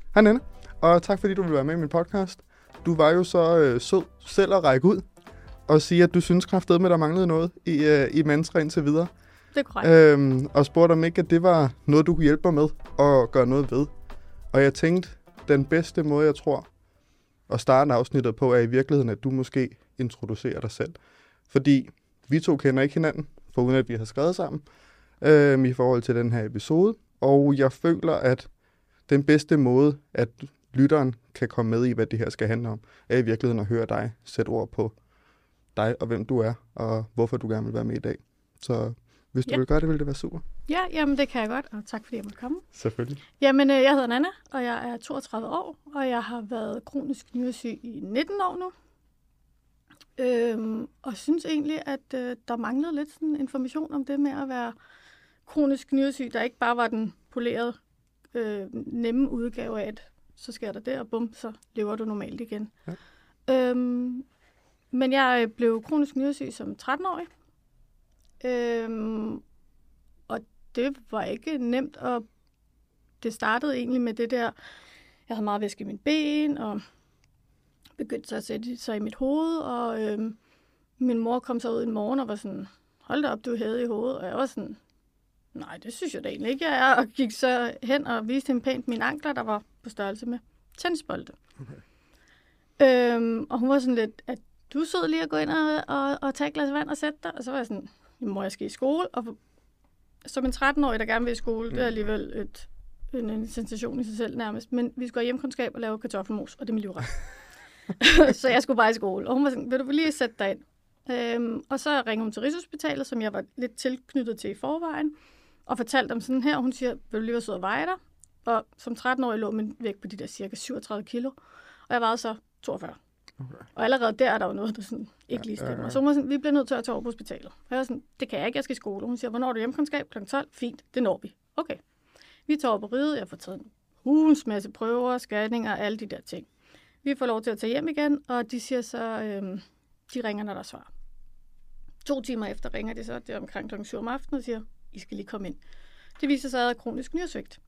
Hej Nana, og tak fordi du vil være med i min podcast. Du var jo så sød selv at række ud og sige, at du synes kraftedeme, at der manglede noget i Mantra indtil videre. Det er korrekt. Og spurgte om ikke, at det var noget, du kunne hjælpe mig med at gøre noget ved. Og jeg tænkte, den bedste måde, jeg tror, at starte afsnittet på, er i virkeligheden, at du måske introducerer dig selv. Fordi vi to kender ikke hinanden, foruden at vi har skrevet sammen i forhold til den her episode. Og jeg føler, at den bedste måde, at lytteren kan komme med i, hvad det her skal handle om, er i virkeligheden at høre dig sætte ord på dig og hvem du er, og hvorfor du gerne vil være med i dag. Så hvis du vil gøre det, vil det være super. Ja, jamen det kan jeg godt, og tak fordi jeg måtte komme. Selvfølgelig. Jamen, jeg hedder Nana, og jeg er 32 år, og jeg har været kronisk nyresyg i 19 år nu. Og synes egentlig, at der manglede lidt sådan information om det med at være kronisk nyresyg, der ikke bare var den polerede, nemme udgave af, at så sker der det, og bum, så lever du normalt igen. Ja. Men jeg blev kronisk nyresyg som 13-årig. Og det var ikke nemt, og det startede egentlig med det der, jeg havde meget væske i mine ben, og begyndte så at sætte sig i mit hoved, og min mor kom så ud en morgen og var sådan, hold da op, du havde i hovedet, og jeg var sådan, nej, det synes jeg da egentlig ikke, jeg er, og gik så hen og viste hende pænt mine ankler, der var på størrelse med tennisbolde. Okay. Og hun var sådan lidt, at du sød lige at gå ind og tage et glas vand og sætte dig, og så var jeg sådan, mor, jeg skal i skole, og som en 13-årig, der gerne vil i skole, det er alligevel en sensation i sig selv nærmest, men vi skulle have hjemkundskab og lave kartoffelmos, og det er min livret. Så jeg skulle bare i skole, og hun var sådan, vil du lige sætte dig ind? Og så ringede hun til Rigshospitalet, som jeg var lidt tilknyttet til i forvejen, og fortalte om sådan her, og hun siger, vil du lige være sød og veje dig? Og som 13-årig lå min vægt på de der cirka 37 kilo, og jeg vejede så 42. Okay. Og allerede der er der jo noget, der sådan ikke lige stemmer. Så hun var sådan, vi bliver nødt til at tage over på hospitalet. Og jeg var sådan, det kan jeg ikke, jeg skal i skole. Og hun siger, hvornår er du hjemkundskab? Kl. 12. Fint, det når vi. Okay. Vi tager over på riget, jeg får taget en hulens masse prøver, scanninger og alle de der ting. Vi får lov til at tage hjem igen, og de siger så, de ringer, når der er svar. 2 timer efter ringer de så, det er omkring kl. 7 om aftenen, og siger, I skal lige komme ind. Det viser sig, at jeg havde kronisk nyresvigt.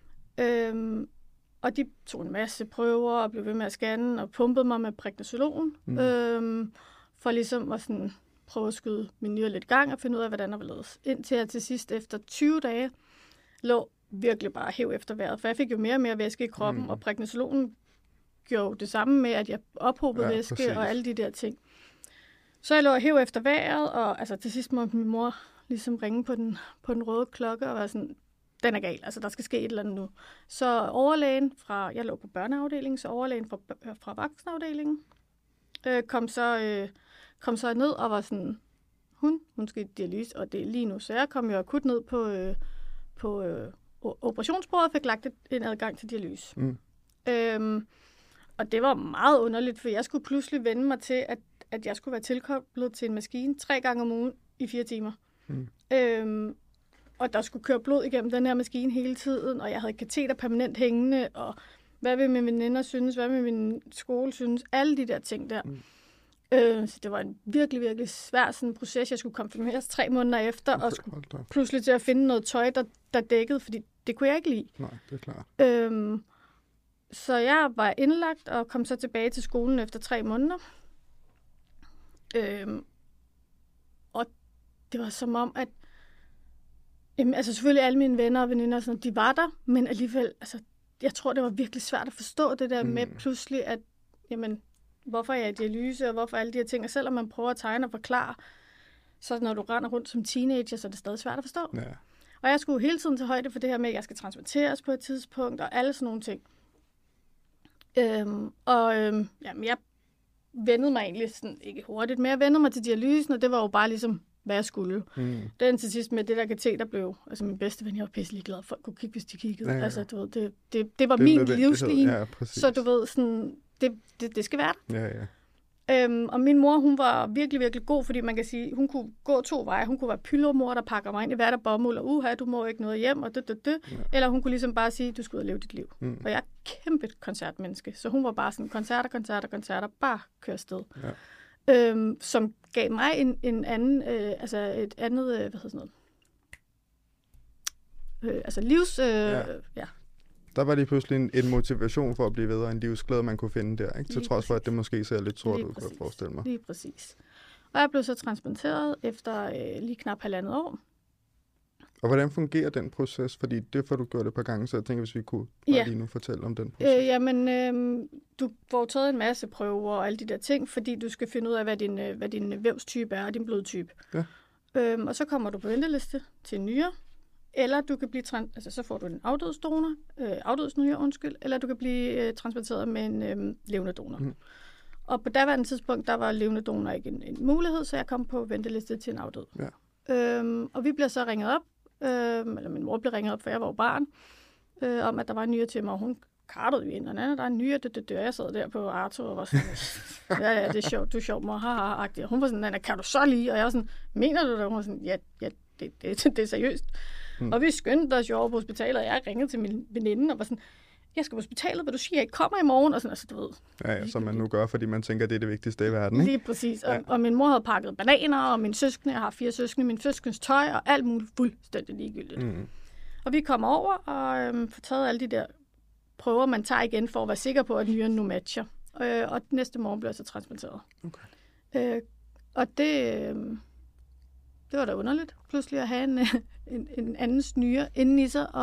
Og de tog en masse prøver og blev ved med at scanne og pumpede mig med prednisolon. For ligesom at sådan prøve at skyde min nyre lidt i gang og finde ud af, hvordan der var ledes. Indtil jeg til sidst efter 20 dage lå virkelig bare hæv efter vejret. For jeg fik jo mere og mere væske i kroppen, og prednisolonen gjorde det samme med, at jeg ophobede væske præcis. Og alle de der ting. Så jeg lå hæv efter vejret, og altså, til sidst måtte min mor ligesom ringe på den røde klokke og være sådan, den er gal, altså der skal ske et eller andet nu. Så overlægen jeg lå på børneafdelingen, så overlægen fra voksenafdelingen kom så ned og var sådan, hun skal i dialyse, og det er lige nu. Så jeg kom jo akut ned på operationsbordet og fik lagt en adgang til dialyse. Og det var meget underligt, for jeg skulle pludselig vende mig til, at jeg skulle være tilkoblet til en maskine 3 gange om ugen i 4 timer. Og der skulle køre blod igennem den her maskine hele tiden, og jeg havde kateter permanent hængende, og hvad vil mine veninder synes, hvad vil min skole synes, alle de der ting der. Så det var en virkelig, virkelig svær sådan proces. Jeg skulle konfirmeres 3 måneder efter, og skulle pludselig til at finde noget tøj, der dækkede, fordi det kunne jeg ikke lide. Nej, det er klart. Så jeg var indlagt, og kom så tilbage til skolen efter 3 måneder. Og det var som om, at altså selvfølgelig alle mine venner og veninder, sådan, de var der, men alligevel, altså, jeg tror, det var virkelig svært at forstå det der med pludselig, at jamen, hvorfor er jeg i dialyse, og hvorfor alle de her ting, og selvom man prøver at tegne og forklare, så når du render rundt som teenager, så er det stadig svært at forstå. Ja. Og jeg skulle hele tiden tage højde for det her med, at jeg skal transporteres på et tidspunkt, og alle sådan nogle ting. Jamen, jeg vendede mig egentlig sådan, ikke hurtigt, men jeg vendede mig til dialysen, og det var jo bare ligesom, hvad jeg skulle. Den til sidst med det der kateter blev, altså min bedste ven, jeg var pisselig glad, folk kunne kigge, hvis de kiggede. Ja. Altså, du ved, det var min livslinje, så du ved, sådan, det skal være der. Ja. Og min mor, hun var virkelig, virkelig god, fordi man kan sige, hun kunne gå 2 veje. Hun kunne være pyldermor, der pakker mig ind i hvert af bomuld, og du må ikke noget hjem, og det. Ja. Eller hun kunne ligesom bare sige, du skal ud og leve dit liv. Og jeg er kæmpe koncertmenneske, så hun var bare sådan, koncerter, bare køre afsted. Ja. Som gav mig en anden, altså et andet, hvad hedder sådan noget, altså livs, Der var lige pludselig en motivation for at blive ved, og en livsglæde, man kunne finde der, ikke? Til trods for, at det måske ser lidt sort ud, kan jeg forestille mig. Lige præcis. Og jeg blev så transplanteret efter lige knap 1,5 år. Og hvordan fungerer den proces? Fordi det får du gjort et par gange, så jeg tænker, hvis vi kunne lige nu fortælle om den proces. Du får taget en masse prøver og alle de der ting, fordi du skal finde ud af, hvad din vævstype er og din blodtype. Ja. Og så kommer du på venteliste til en nyre, eller du kan blive så får du en afdødsnyre, eller du kan blive transplanteret med en levende donor. Mm. Og på daværende tidspunkt, der var levende donor ikke en mulighed, så jeg kom på venteliste til en afdød. Ja. Og vi bliver så ringet op, eller min mor blev ringet op, for jeg var jo barn, om at der var en nyre til mig, og hun kartede ind, og der er en nyre, det dør. Jeg sad der på Arto og var sådan, ja, det er sjovt, du er sjov, mor, ha-ha-agtig. Og hun var sådan, kan du så lige? Og jeg var sådan, mener du det? Og hun var sådan, ja, det er seriøst. Og vi skyndte os jo over på hospitalet, og jeg ringede til min veninde og var sådan, jeg skal på hospitalet, vil du sige, at jeg ikke kommer i morgen? Og sådan, altså, du ved. Ja, som man nu gør, fordi man tænker, det er det vigtigste i verden, ikke? Lige præcis. Og min mor havde pakket bananer, og mine søskende, jeg har 4 søskende, min søskens tøj, og alt muligt fuldstændig ligegyldigt. Mm. Og vi kommer over og får taget alle de der prøver, man tager igen for at være sikker på, at nyren nu matcher. Og næste morgen bliver jeg så transplanteret. Okay. Og det var da underligt, pludselig at have en andens nyre inden i sig,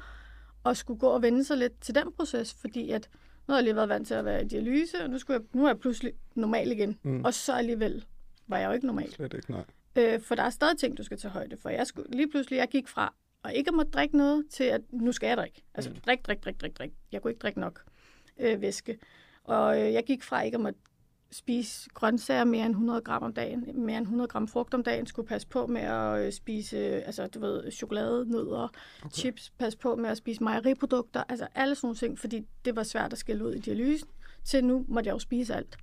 og skulle gå og vende sig lidt til den proces, fordi at nu har jeg lige været vant til at være i dialyse, og nu er jeg pludselig normal igen. Mm. Og så alligevel var jeg jo ikke normal. Slet ikke, nej. For der er stadig ting, du skal tage højde for. Jeg gik fra at ikke måtte drikke noget, til at nu skal jeg drikke. Altså drik. Jeg kunne ikke drikke nok væske. Og jeg gik fra ikke at måtte spise grøntsager mere end 100 gram om dagen, mere end 100 gram frugt om dagen, skulle passe på med at spise, chokolade, nødder, chips, passe på med at spise mejeriprodukter, altså alle sådan nogle ting, fordi det var svært at skille ud i dialysen, til nu måtte jeg jo spise alt.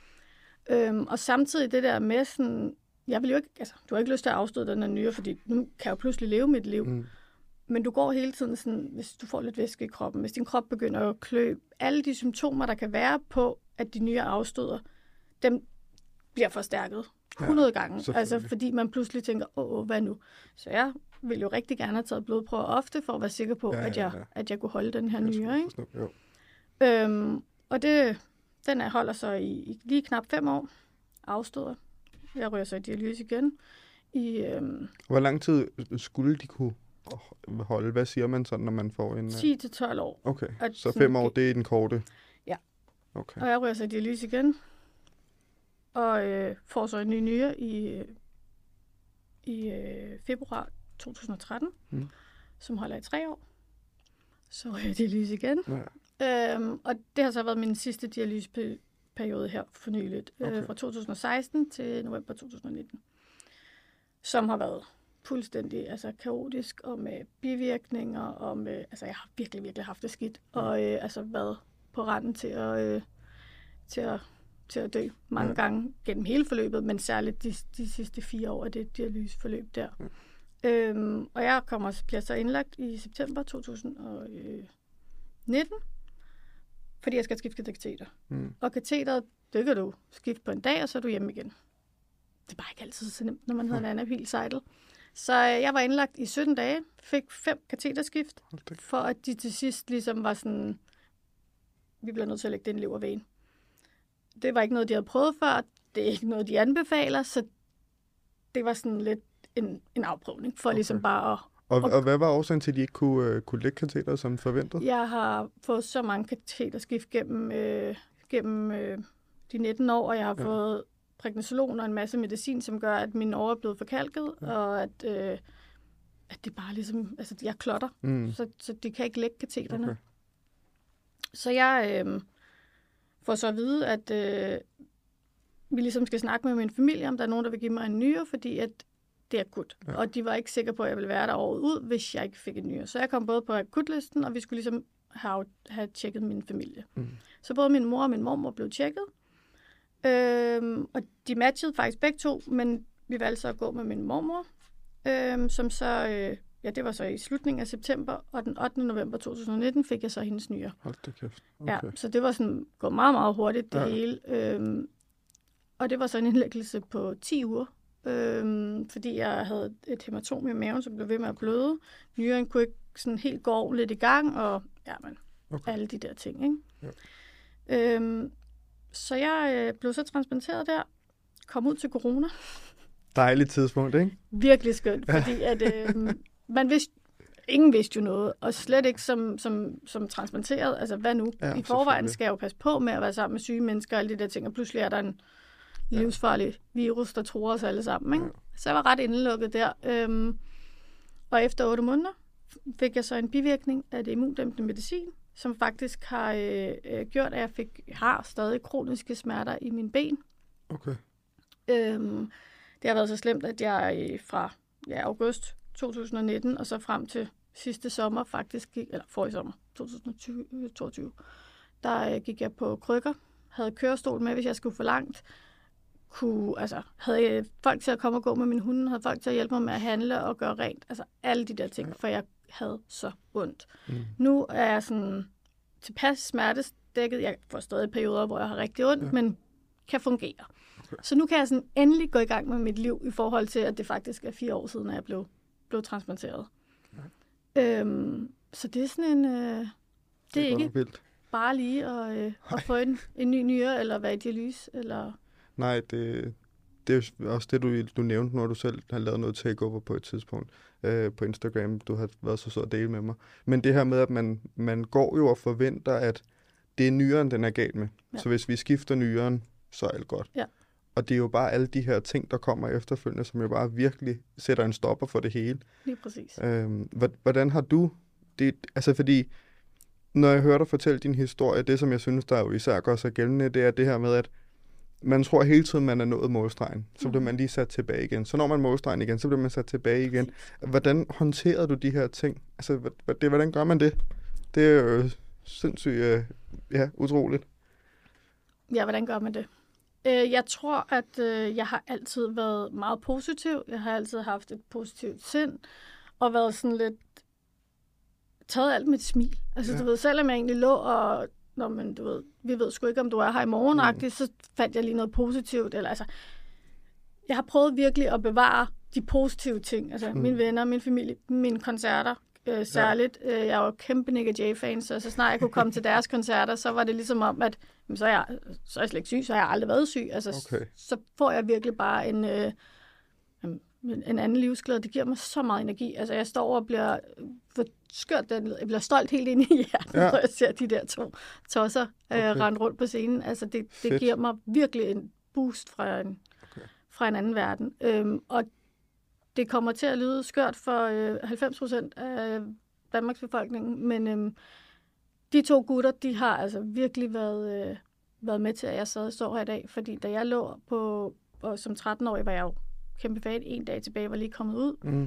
Ja. Og samtidig det der med sådan, jeg vil jo ikke, du har ikke lyst til at afstøde den her nyre, fordi nu kan jeg jo pludselig leve mit liv. Mm. Men du går hele tiden sådan, hvis du får lidt væske i kroppen, hvis din krop begynder at klø, alle de symptomer, der kan være på, at de nyre afstøder, dem bliver forstærket 100 gange. Altså fordi man pludselig tænker, hvad nu? Så jeg vil jo rigtig gerne have taget blodprøver ofte, for at være sikker på, at jeg kunne holde den her nyre. Ikke? Og den holder så i lige knap 5 år. Afstøder. Jeg rører så i dialyse igen. Hvor lang tid skulle de kunne holde? Hvad siger man sådan, når man får en... 10-12 år. Okay, så 5 år, det er den korte? Ja. Okay. Og jeg rører så i dialyse igen. Og får så en ny nyre i februar 2013, som holder i 3 år. Så rører jeg dialyse igen. Ja. Og det har så været min sidste dialyseperiode her for nyligt. Fra 2016 til november 2019. Som har været fuldstændig kaotisk, og med bivirkninger, og med, jeg har virkelig, virkelig haft det skidt. Og været på randen til at dø mange gange gennem hele forløbet, men særligt de sidste 4 år af det dialyseforløb der. Ja. Og jeg bliver så indlagt i september 2019, fordi jeg skal skifte kateter. Mm. Og kateteret, det kan du skifte på en dag, og så er du hjemme igen. Det er bare ikke altid så nemt, når man hedder en anaphil sejtel. Så jeg var indlagt i 17 dage, fik 5 kateterskift, for at de til sidst ligesom var sådan, vi bliver nødt til at lægge den levervægen. Det var ikke noget, de havde prøvet før. Det er ikke noget, de anbefaler, så det var sådan lidt en afprøvning for ligesom bare at... Og hvad var årsagen til, at de ikke kunne lægge kateter som forventet? Jeg har fået så mange kateterskift gennem de 19 år, og jeg har fået prednisolon og en masse medicin, som gør, at mine årer er blevet forkalket, og at det bare ligesom... jeg klotter, så de kan ikke lægge kateterne. Okay. Så jeg... får så at vide, at vi ligesom skal snakke med min familie, om der er nogen, der vil give mig en nyre, fordi at det er akut. Ja. Og de var ikke sikre på, at jeg ville være der året ud, hvis jeg ikke fik en nyre. Så jeg kom både på akutlisten, og vi skulle ligesom have tjekket min familie. Mm. Så både min mor og min mormor blev tjekket. Og de matchede faktisk begge to, men vi valgte så at gå med min mormor, som så... det var så i slutningen af september, og den 8. november 2019 fik jeg så hendes nyre. Hold da kæft. Okay. Ja, så det var sådan gået meget, meget hurtigt, det hele. Og det var så en indlæggelse på 10 uger, fordi jeg havde et hematom i maven, som blev ved med at bløde. Nyren kunne ikke sådan helt går ordentligt i gang, og alle de der ting, ikke? Ja. Så jeg blev så transplanteret der, kom ud til corona. Dejligt tidspunkt, ikke? Virkelig skønt, fordi at ingen vidste jo noget, og slet ikke som transplanteret. Altså, hvad nu? Ja, i forvejen skal jeg jo passe på med at være sammen med syge mennesker og alle de der ting, og pludselig er der en livsfarlig virus, der tror os alle sammen, ikke? Ja. Så jeg var ret indelukket der. Og efter 8 måneder fik jeg så en bivirkning af det immundæmpende medicin, som faktisk har gjort, at jeg har stadig kroniske smerter i mine ben. Okay. Det har været så slemt, at jeg fra august 2019 og så frem til sidste sommer faktisk forrige sommer, 2022, der gik jeg på krykker, havde kørestol med, hvis jeg skulle for langt, havde folk til at komme og gå med min hunde, havde folk til at hjælpe mig med at handle og gøre rent, altså alle de der ting, for jeg havde så ondt. Nu er jeg sådan tilpas smertedækket, jeg får stadig perioder, hvor jeg har rigtig ondt, men kan fungere. Okay. Så nu kan jeg sådan endelig gå i gang med mit liv i forhold til, at det faktisk er 4 år siden, at jeg blev transplanteret. Ja. Så det er sådan en... det er ikke vildt. Bare lige at få en ny nyre, eller være i dialyse, eller... Nej, det er jo også det, du nævnte, når du selv har lavet noget takeover på et tidspunkt på Instagram. Du har været så sød at dele med mig. Men det her med, at man går jo og forventer, at det er nyren, den er galt med. Ja. Så hvis vi skifter nyren, så er alt godt. Ja. Og det er jo bare alle de her ting, der kommer efterfølgende, som jo bare virkelig sætter en stopper for det hele. Lige præcis. Hvordan har du det? Altså fordi, når jeg hører dig fortælle din historie, det som jeg synes, der jo især gør sig gældende, det er det her med, at man tror hele tiden, man er nået målstregen. Så bliver man lige sat tilbage igen. Så når man målstregen igen, så bliver man sat tilbage igen. Hvordan håndterede du de her ting? Altså, hvordan gør man det? Det er jo sindssygt, utroligt. Ja, hvordan gør man det? Jeg tror, at jeg har altid været meget positiv. Jeg har altid haft et positivt sind, og været sådan lidt taget alt med et smil. Altså, du ved, selvom jeg egentlig lå og... men du ved, vi ved sgu ikke, om du er her i morgen, så fandt jeg lige noget positivt. Eller, altså, jeg har prøvet virkelig at bevare de positive ting. Altså, mine venner, min familie, mine koncerter særligt. Jeg var kæmpe Nick Jay-fan, så snart jeg kunne komme til deres koncerter, så var det ligesom om, at så er jeg slet ikke syg, så har jeg aldrig været syg. Altså, så får jeg virkelig bare en anden livsglæde. Det giver mig så meget energi. Altså, jeg står og bliver skørt, jeg bliver stolt helt ind i hjertet, når jeg ser de der 2 tosser rende rundt på scenen. Altså, det giver mig virkelig en boost fra en anden verden. Og det kommer til at lyde skørt for 90% af Danmarks befolkning, men de 2 gutter, de har altså virkelig været med til, at jeg står her i dag. Fordi da jeg lå og som 13-årig, var jeg jo kæmpe fan. 1 dag tilbage, var lige kommet ud.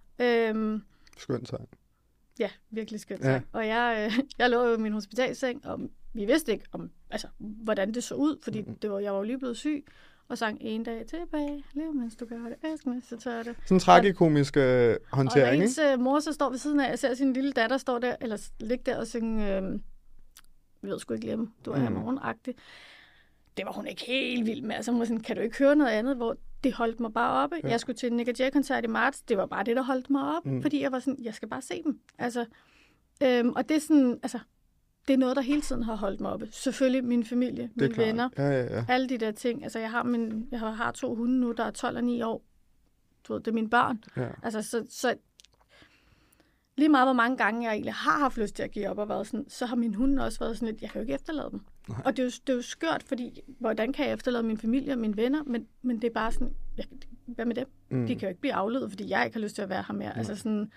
Skønt sang. Ja, virkelig skønt sang. Og jeg lå i min hospitalseng, og vi vidste ikke, hvordan det så ud, fordi jeg var jo lige blevet syg, og sang 1 dag tilbage. Lev, mens du gør det. Elsk, mens du tør det. Sådan en tragikomisk håndtering, ikke? Og ens mor så står ved siden af, jeg ser sin lille datter stå der, eller ligge der og synge, vi ved sgu ikke glemme, du er her morgen-agtigt. Det var hun ikke helt vild med. Altså, hun var sådan, kan du ikke høre noget andet, hvor det holdt mig bare oppe. Ja. Jeg skulle til en Nick Jay-koncert i marts. Det var bare det, der holdt mig oppe, fordi jeg var sådan, jeg skal bare se dem. Altså, og det er sådan, altså, det er noget, der hele tiden har holdt mig oppe. Selvfølgelig min familie, mine venner, alle de der ting. Altså, jeg har 2 hunde nu, der er 12 og 9 år. Du ved, det er mine børn. Ja. Altså, så lige meget, hvor mange gange jeg egentlig har haft lyst til at give op og været sådan, så har min hunde også været sådan lidt, jeg kan jo ikke efterlade dem. Nej. Og det er jo skørt, fordi hvordan kan jeg efterlade min familie og mine venner, men det er bare sådan, hvad med dem? De kan jo ikke blive afledet, fordi jeg ikke har lyst til at være her mere. Altså sådan,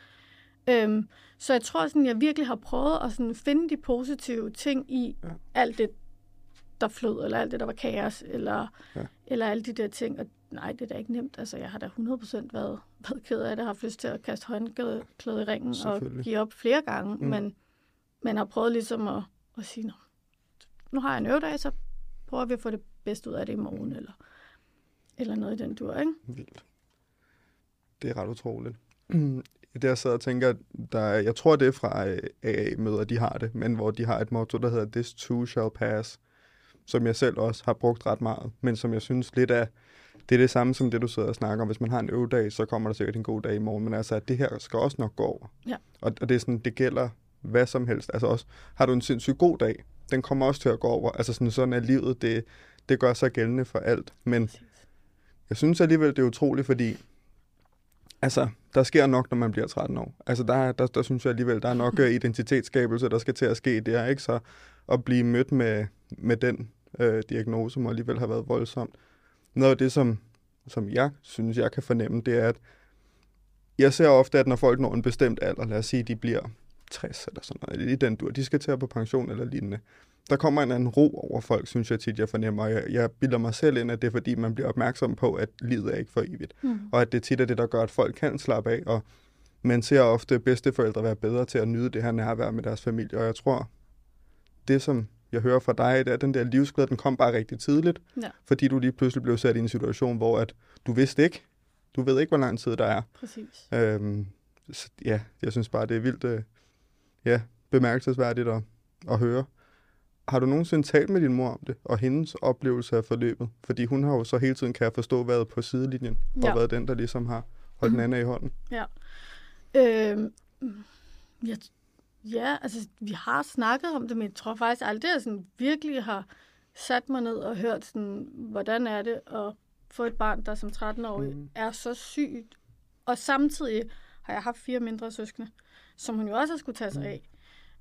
så jeg tror sådan, jeg virkelig har prøvet at sådan finde de positive ting i alt det, der flød, eller alt det, der var kaos, eller alle de der ting. Og nej, det er da ikke nemt. Altså, jeg har da 100% været ked af det, har haft lyst til at kaste håndklæde i ringen og give op flere gange, men har prøvet ligesom at sige, nu har jeg en øvedag, så prøver vi at få det bedste ud af det i morgen, eller noget i den dur, ikke? Vildt. Det er ret utroligt. Det jeg sidder og tænker, jeg tror det er fra AA-møder, de har det, men hvor de har et motto, der hedder This too shall pass, som jeg selv også har brugt ret meget, men som jeg synes lidt er det er det samme som det, du sidder og snakker om. Hvis man har en øvedag, så kommer der sikkert en god dag i morgen. Men altså, at det her skal også nok gå over. Ja. Og det er sådan, det gælder hvad som helst. Altså også, har du en sindssygt god dag, den kommer også til at gå over. Altså sådan er livet, det gør sig gældende for alt. Men jeg synes alligevel, det er utroligt, fordi altså, der sker nok, når man bliver 13 år. Altså, der synes jeg alligevel, der er nok identitetsskabelse, der skal til at ske. Det er ikke så at blive mødt med den diagnose, må alligevel have været voldsomt. Noget af det, som jeg synes, jeg kan fornemme, det er, at jeg ser ofte, at når folk når en bestemt alder, lad os sige, de bliver 60 eller sådan noget, i den dur, de skal til at på pension eller lignende, der kommer en anden ro over folk, synes jeg tit, jeg fornemmer. Jeg bilder mig selv ind, at det er, fordi man bliver opmærksom på, at livet er ikke for evigt. Og at det tit er det, der gør, at folk kan slappe af, og man ser ofte bedsteforældre være bedre til at nyde det her nærvær med deres familie. Og jeg tror, det som jeg hører fra dig, det er, at den der livsglæde, den kom bare rigtig tidligt, fordi du lige pludselig blev sat i en situation, hvor at du vidste ikke, du ved ikke, hvor lang tid der er. Præcis. Ja, jeg synes bare, det er vildt bemærkelsesværdigt at høre. Har du nogensinde talt med din mor om det, og hendes oplevelse af forløbet? Fordi hun har jo så hele tiden, kan jeg forstå, været på sidelinjen, og været den, der ligesom har holdt den anden i hånden. Ja. Ja, altså, vi har snakket om det, men jeg tror faktisk aldrig, at jeg sådan virkelig har sat mig ned og hørt, sådan, hvordan er det at få et barn, der som 13-årig er så sygt. Og samtidig har jeg haft 4 mindre søskende, som hun jo også har skulle tage sig af.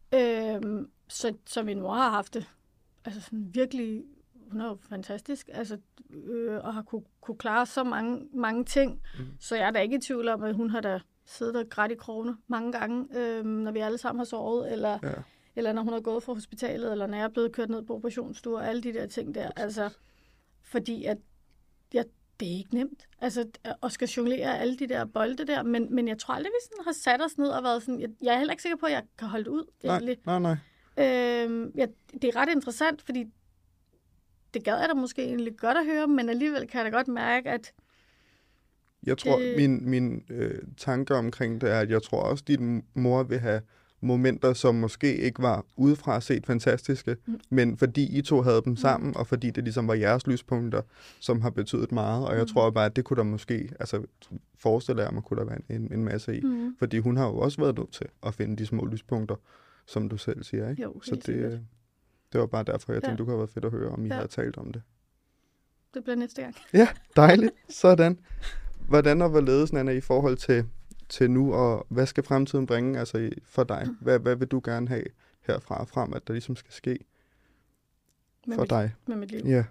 Så min mor har haft det. Altså sådan virkelig, hun er jo fantastisk, altså, og har kunne klare så mange ting. Så jeg er da ikke i tvivl om, at hun har da siddet og grædt i krogene mange gange, når vi alle sammen har sovet, eller når hun har gået fra hospitalet, eller når jeg er blevet kørt ned på operationsstue, og alle de der ting der. Altså, fordi at det er ikke nemt. Altså, at skal jonglere alle de der bolde der, men jeg tror aldrig, vi sådan har sat os ned og været sådan, jeg er heller ikke sikker på, at jeg kan holde det ud. Nej. Det er ret interessant, fordi det gad jeg da måske egentlig godt at høre, men alligevel kan jeg da godt mærke, at jeg tror, min tanke omkring det er, at jeg tror også, at din mor vil have momenter, som måske ikke var udefra set fantastiske, men fordi I to havde dem sammen, og fordi det ligesom var jeres lyspunkter, som har betydet meget, og jeg tror bare, at det kunne der måske, altså forestiller jeg mig, kunne der være en masse i, fordi hun har jo også været nødt til at finde de små lyspunkter, som du selv siger, ikke? Jo, så det var bare derfor, jeg tænkte, du kunne have været fedt at høre, om I havde talt om det. Det bliver næste gang. Ja, dejligt. Sådan. Hvordan og hvorledes, Nanna, i forhold til nu, og hvad skal fremtiden bringe altså for dig? Hvad vil du gerne have herfra og frem, at der ligesom skal ske for dig? Med mit liv? Ja.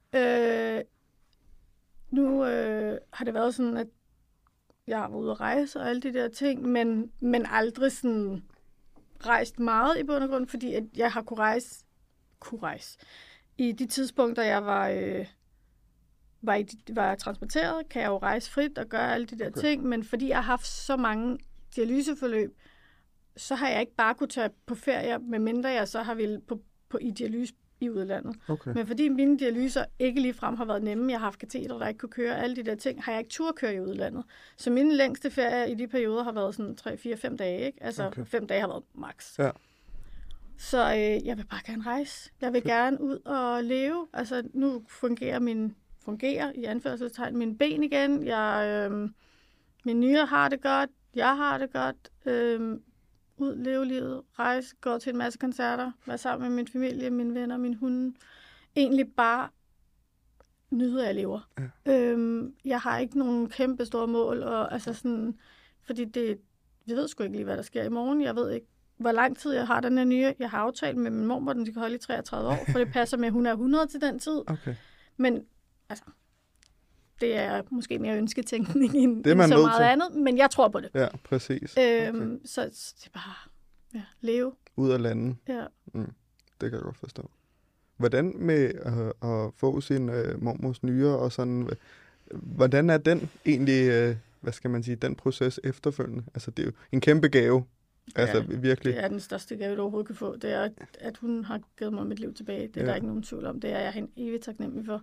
Nu har det været sådan, at jeg har været ude at rejse og alle de der ting, men aldrig sådan rejst meget i bund og grund, fordi at jeg har kunne rejse. I de tidspunkter, jeg var transporteret, kan jeg jo rejse frit og gøre alle de der ting, men fordi jeg har haft så mange dialyseforløb, så har jeg ikke bare kunne tage på ferie, medmindre jeg så har ville i dialyse i udlandet. Okay. Men fordi mine dialyser ikke ligefrem har været nemme, jeg har haft kateter, der ikke kunne køre, alle de der ting, har jeg ikke tur at køre i udlandet. Så mine længste ferier i de perioder har været sådan 3, 4, 5 dage, ikke? Altså 5 dage har været max. Ja. Så jeg vil bare gerne rejse. Jeg vil gerne ud og leve. Altså nu fungerer i anførselstegn mine ben igen. Min nyre har det godt. Jeg har det godt. Ud, leve livet, rejse, gå til en masse koncerter, være sammen med min familie, mine venner, mine hunde. Egentlig bare nyde, at jeg lever. Ja. Jeg har ikke nogen kæmpe store mål, og altså sådan, fordi jeg ved sgu ikke lige, hvad der sker i morgen. Jeg ved ikke, hvor lang tid jeg har den her nye. Jeg har aftalt med min mor, den skal holde i 33 år, for det passer med, at hun er 100 til den tid. Okay. Men altså, det er måske mere ønsketænkning end så meget andet, men jeg tror på det. Ja, præcis. Så det er bare leve. Ud af landet. Ja. Det kan jeg godt forstå. Hvordan med at få sin mormors nyre og sådan, hvordan er den egentlig, hvad skal man sige, den proces efterfølgende? Altså, det er jo en kæmpe gave. Altså, virkelig. Det er den største gave, du overhovedet kan få. Det er, at hun har givet mig mit liv tilbage. Det er der ikke nogen tvivl om. Det er jeg evigt taknemmelig for.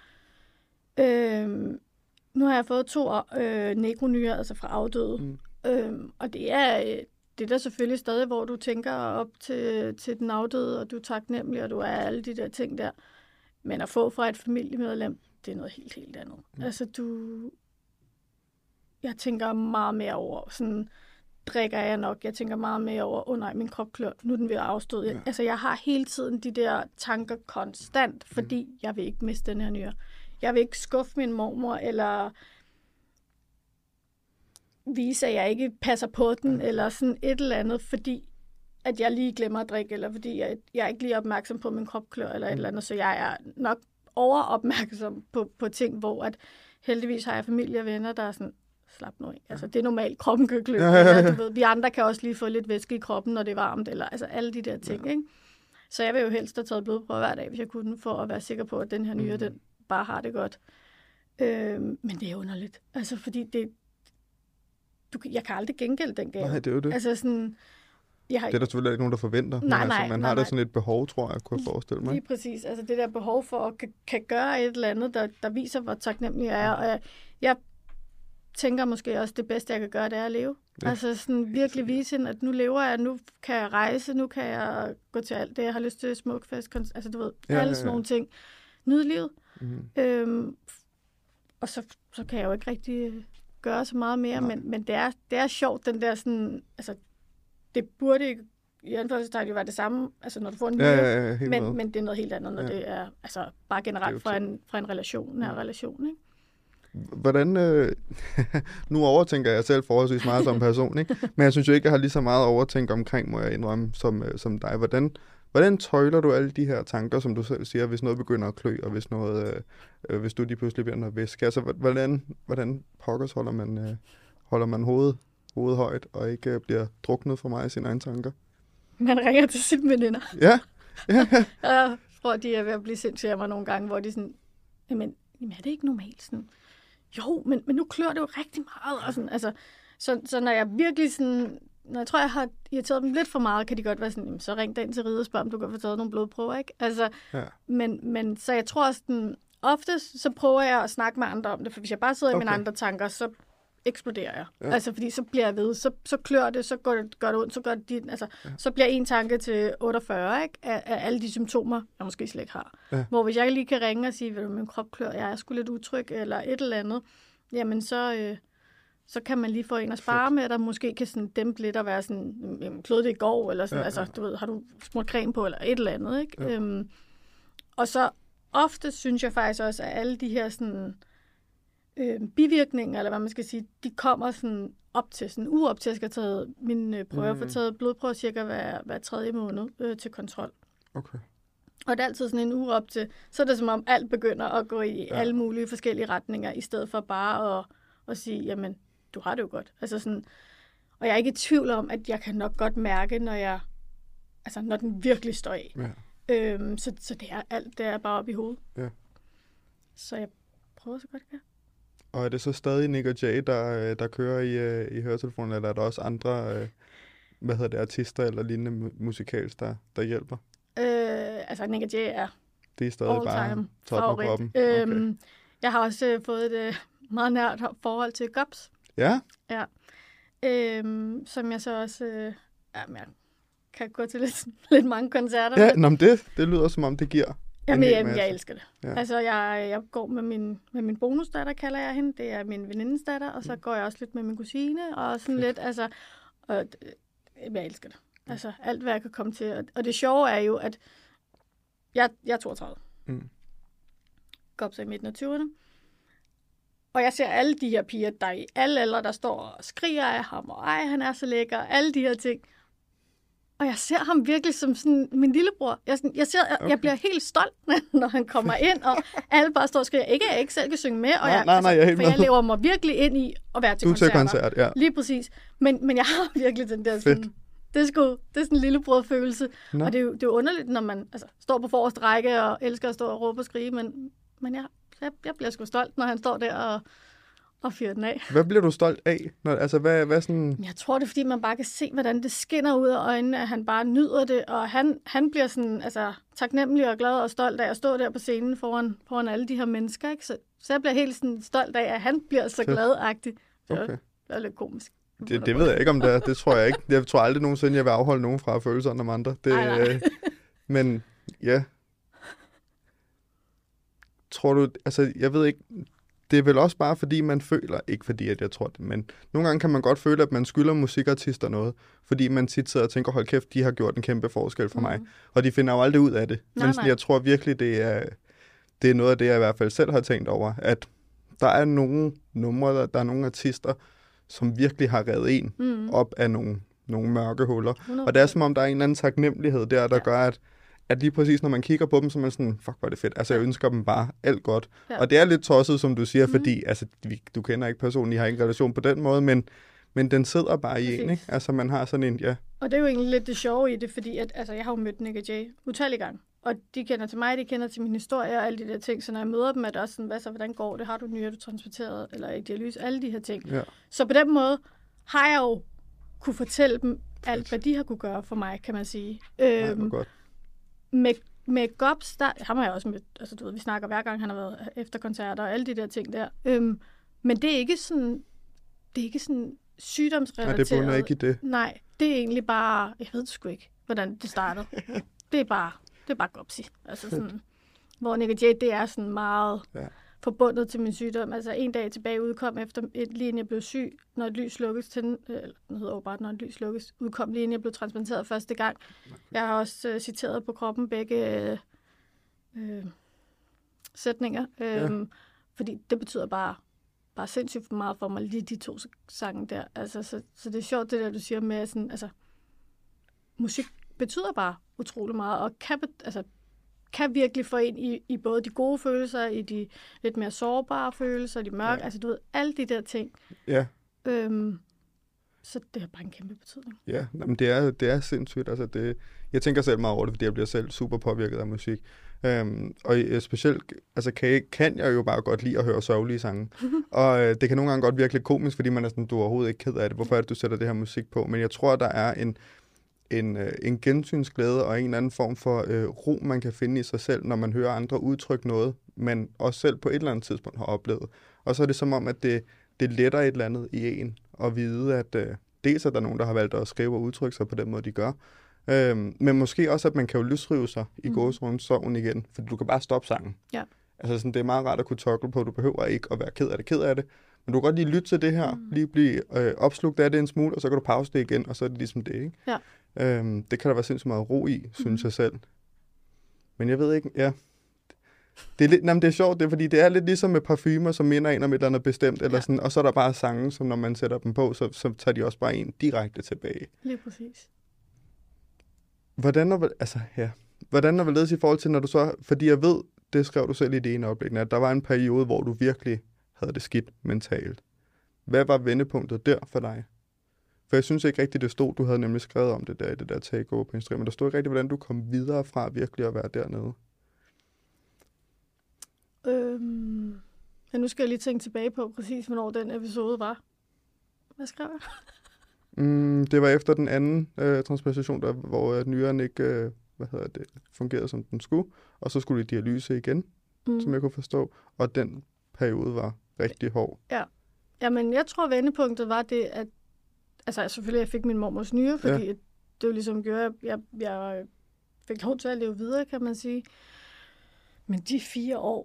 Nu har jeg fået 2 nekronyrer, altså fra afdøde. Og det er der selvfølgelig stadig, hvor du tænker op til den afdøde, og du er taknemmelig, og du er alle de der ting der. Men at få fra et familiemedlem, det er noget helt, helt andet. Altså, jeg tænker meget mere over, sådan, drikker jeg nok? Jeg tænker meget mere over, nej, min krop klør, nu er den ved at afstøde. Ja. Altså, jeg har hele tiden de der tanker konstant, fordi jeg vil ikke miste den her nyre. Jeg vil ikke skuffe min mormor, eller vise, at jeg ikke passer på den, eller sådan et eller andet, fordi at jeg lige glemmer at drikke, eller fordi jeg ikke lige er opmærksom på min krop klør, eller et eller andet. Så jeg er nok overopmærksom på ting, hvor at heldigvis har jeg familie og venner, der er sådan, slap nu af. Altså, det er normalt, kroppen kan klø. Du ved, vi andre kan også lige få lidt væske i kroppen, når det er varmt, eller altså alle de der ting, ikke? Så jeg vil jo helst have taget blodprøver hver dag, hvis jeg kunne, for at være sikker på, at den her nyre, den bare har det godt. Men det er underligt. Altså, fordi jeg kan aldrig gengælde den gave. Nej, det er jo det. Altså sådan, det er der selvfølgelig ikke nogen, der forventer. Man har da sådan et behov, tror jeg, kunne forestille mig. Lige præcis. Altså det der behov for at kan gøre et eller andet, der viser, hvor taknemmelig jeg er. Og jeg tænker måske også, det bedste, jeg kan gøre, det er at leve. Ja. Altså sådan virkelig vise hende, at nu lever jeg, nu kan jeg rejse, nu kan jeg gå til alt det, jeg har lyst til, smukfest, altså du ved, alle sådan nogle ting. Nyde livet. Og så kan jeg jo ikke rigtig gøre så meget mere, men det er sjovt, den der sådan, altså det burde ikke i anførselstegn jo være det samme, altså når du får en nyre, men det er noget helt andet, når det er altså bare generelt fra en relation, nær relation, ikke? Hvordan, nu overtænker jeg selv forholdsvis meget som person, ikke? Men jeg synes jo ikke, jeg har lige så meget overtænkt omkring, må jeg indrømme, som dig. Hvordan tøjler du alle de her tanker, som du selv siger, hvis noget begynder at klø, og hvis du lige pludselig bliver noget væske? Altså, hvordan pokkers holder man hovedet højt, og ikke bliver druknet for meget i sine egne tanker? Man ringer til sine veninder. Ja. Jeg tror, de er ved at blive sindssyge af mig nogle gange, hvor de sådan, jamen er det ikke normalt sådan? Jo, men nu klør det jo rigtig meget. Og sådan, altså, så når jeg virkelig sådan, når jeg tror, jeg har irriteret dem lidt for meget, kan de godt være sådan, jamen, så ring den til Ride og spørg, om du kan få taget nogle blodprøver, ikke? Altså, men så jeg tror sådan, oftest så prøver jeg at snakke med andre om det, for hvis jeg bare sidder i mine andre tanker, så eksploderer jeg. Ja. Altså, fordi så bliver jeg ved, så klør det, så gør det ondt, så gør det altså, så bliver en tanke til 48, ikke? Af alle de symptomer, jeg måske slet ikke har. Ja. Hvor hvis jeg lige kan ringe og sige, at min krop klør, jeg er sgu lidt utryg, eller et eller andet, jamen så kan man lige få en at spare med, der måske kan sådan dæmpe lidt og være sådan, klød det i går, eller sådan, altså, du ved, har du smurt creme på, eller et eller andet, ikke? Ja. Og så ofte synes jeg faktisk også, at alle de her sådan bivirkninger, eller hvad man skal sige, de kommer sådan op til, sådan uge op til, at jeg skal have taget mine prøver, for taget blodprøver cirka hver 3. måned til kontrol. Okay. Og det er altid sådan en uge op til, så er det som om alt begynder at gå i alle mulige forskellige retninger, i stedet for bare at sige, jamen, du har det jo godt. Altså sådan, og jeg er ikke i tvivl om, at jeg kan nok godt mærke, når den virkelig står af. Ja. Så det er alt, det er bare op i hovedet. Ja. Så jeg prøver så godt, jeg kan. Og er det så stadig Nick og Jay, der kører i høretelefonen, eller er der også andre artister eller lignende musikals, der hjælper? Altså Nick og Jay er det er stadig bare toppen af kroppen. Okay. Jeg har også fået et meget nært forhold til Gobs. Ja? Ja. Som jeg så også jeg kan gå til lidt mange koncerter. Ja, men det lyder som om det giver. Jamen, jeg elsker det. Ja. Altså, jeg går med min bonusdatter, kalder jeg hende. Det er min venindes datter, og så går jeg også lidt med min kusine, og sådan lidt, altså, og jeg elsker det. Altså, alt hvad jeg kan komme til. Og det sjove er jo, at jeg er 32. Går op så i midten af 20'erne. Og jeg ser alle de her piger, der i alle aldre, der står og skriger af ham, og ej, han er så lækker, alle de her ting. Og jeg ser ham virkelig som sådan min lillebror. Jeg bliver helt stolt, når han kommer ind, og alle bare står og skriger. Ikke at jeg ikke selv kan synge med, og jeg lever mig virkelig ind i at være til koncerter. Koncert, ja. Lige præcis. Men jeg har virkelig den der sådan, det er sådan en lillebror-følelse. No. Og det er jo underligt, når man står på forreste række og elsker at stå og råbe og skrige, men jeg bliver sgu stolt, når han står der og fyrer den af. Hvad bliver du stolt af? Hvad sådan... Jeg tror, det er, fordi man bare kan se, hvordan det skinner ud af øjnene, at han bare nyder det, og han bliver sådan, taknemmelig og glad og stolt af at stå der på scenen foran alle de her mennesker, ikke? Så jeg bliver helt sådan stolt af, at han bliver så glad-agtig. Okay. Det er lidt komisk. Det ved jeg ikke, om det er. Det tror jeg ikke. Jeg tror aldrig nogensinde, jeg vil afholde nogen fra at føle sådan om andre. Nej. Men ja. tror du, altså jeg ved ikke, det er vel også bare fordi man føler, ikke fordi at jeg tror det, men nogle gange kan man godt føle, at man skylder musikartister noget, fordi man tit sidder og tænker, hold kæft, de har gjort en kæmpe forskel for mig, og de finder jo aldrig ud af det. Men sådan, jeg tror virkelig, det er noget af det, jeg i hvert fald selv har tænkt over, at der er nogle numre, der er nogle artister, som virkelig har reddet en op af nogle mørke huller. 100%. Og det er som om, der er en eller anden taknemmelighed der gør, at lige præcis, når man kigger på dem, så er man sådan, fuck, hvor er det fedt. Altså, jeg ønsker dem bare alt godt. Ja. Og det er lidt tosset, som du siger, fordi altså, du kender ikke personen, I har ikke en relation på den måde, men den sidder bare i en, ikke? Altså, man har sådan en, ja. Og det er jo egentlig lidt det sjove i det, fordi at, altså, jeg har jo mødt Nick og Jay utallige gange. Og de kender til mig, de kender til min historie og alle de der ting. Så når jeg møder dem, er det også sådan, hvad så, hvordan går det? Har du nyere, du transporteret, eller ikke dialyse? Alle de her ting. Ja. Så på den måde har jeg jo kunne fortælle dem alt, hvad de har kunne gøre for mig, kan man sige. Godt. Med Gobs, ham har jeg også mødt, altså du ved, vi snakker hver gang, han har været efter koncerter og alle de der ting der. Men det er ikke sådan sygdomsrelateret. Nej, det bunder ikke i det. Nej, det er egentlig bare, jeg ved sgu ikke, hvordan det startede. det er bare Gobsi. Altså sådan, hvor Nick og Jay, det er sådan meget forbundet til min sygdom. Altså en dag tilbage udkom efter lige inden jeg blev syg, når et lys slukkes til den, eller den hedder jo bare, når et lys slukkes, udkom lige inden jeg blev transplanteret første gang. Jeg har også citeret på kroppen begge sætninger, fordi det betyder bare sindssygt meget for mig, lige de 2 sange der. Altså, så det er sjovt, det der, du siger med, sådan, altså, musik betyder bare utrolig meget, og kan virkelig få ind i både de gode følelser, i de lidt mere sårbare følelser, de mørke, altså du ved, alle de der ting. Ja. Så det har bare en kæmpe betydning. Ja, men det er sindssygt. Altså jeg tænker selv meget over det, fordi jeg bliver selv super påvirket af musik. Og specielt altså kan jeg jo bare godt lide at høre sørgelige sange. Og det kan nogle gange godt virke lidt komisk, fordi man er sådan, du er overhovedet ikke ked af det. Hvorfor er det, du sætter det her musik på? Men jeg tror, der er en gensynsglæde og en eller anden form for ro, man kan finde i sig selv, når man hører andre udtrykke noget, man også selv på et eller andet tidspunkt har oplevet. Og så er det som om, at det letter et eller andet i en, at vide, at dels er der nogen, der har valgt at skrive og udtrykke sig på den måde, de gør, men måske også, at man kan jo løsrive sig i gåsrundens sorgen igen, fordi du kan bare stoppe sangen. Ja. Altså sådan, det er meget rart at kunne toggle på, du behøver ikke at være ked af det, men du kan godt lige lytte til det her, lige blive opslugt af det en smule, og så kan du pause det igen, og så er det ligesom det, ikke? Ja. Det kan der være sindssygt meget ro i, synes jeg selv. Men jeg ved ikke, ja. Det er lidt, det er sjovt, det er, fordi det er lidt ligesom med parfumer, som minder en om et eller andet bestemt, eller sådan, og så er der bare sange, som når man sætter dem på, så tager de også bare en direkte tilbage. Lige præcis. Hvordan er det i forhold til, når du så, fordi jeg ved, det skrev du selv i det ene oplæg, at der var en periode, hvor du virkelig havde det skidt mentalt. Hvad var vendepunktet der for dig? For jeg synes ikke rigtigt, det stod, du havde nemlig skrevet om det der i det der takeover på Instagram, men der stod ikke rigtigt, hvordan du kom videre fra virkelig at være dernede. Ja, nu skal jeg lige tænke tilbage på præcis, hvornår den episode var. Hvad skrev jeg? Det var efter den anden transplantation, hvor nyren ikke fungerede, som den skulle, og så skulle de dialyse igen, som jeg kunne forstå, og den periode var rigtig hård. Ja. Jamen, jeg tror, vendepunktet var det, at altså selvfølgelig, jeg fik min mormors nyre, fordi det jo ligesom gjorde, at jeg fik lov til at leve videre, kan man sige. Men de 4 år,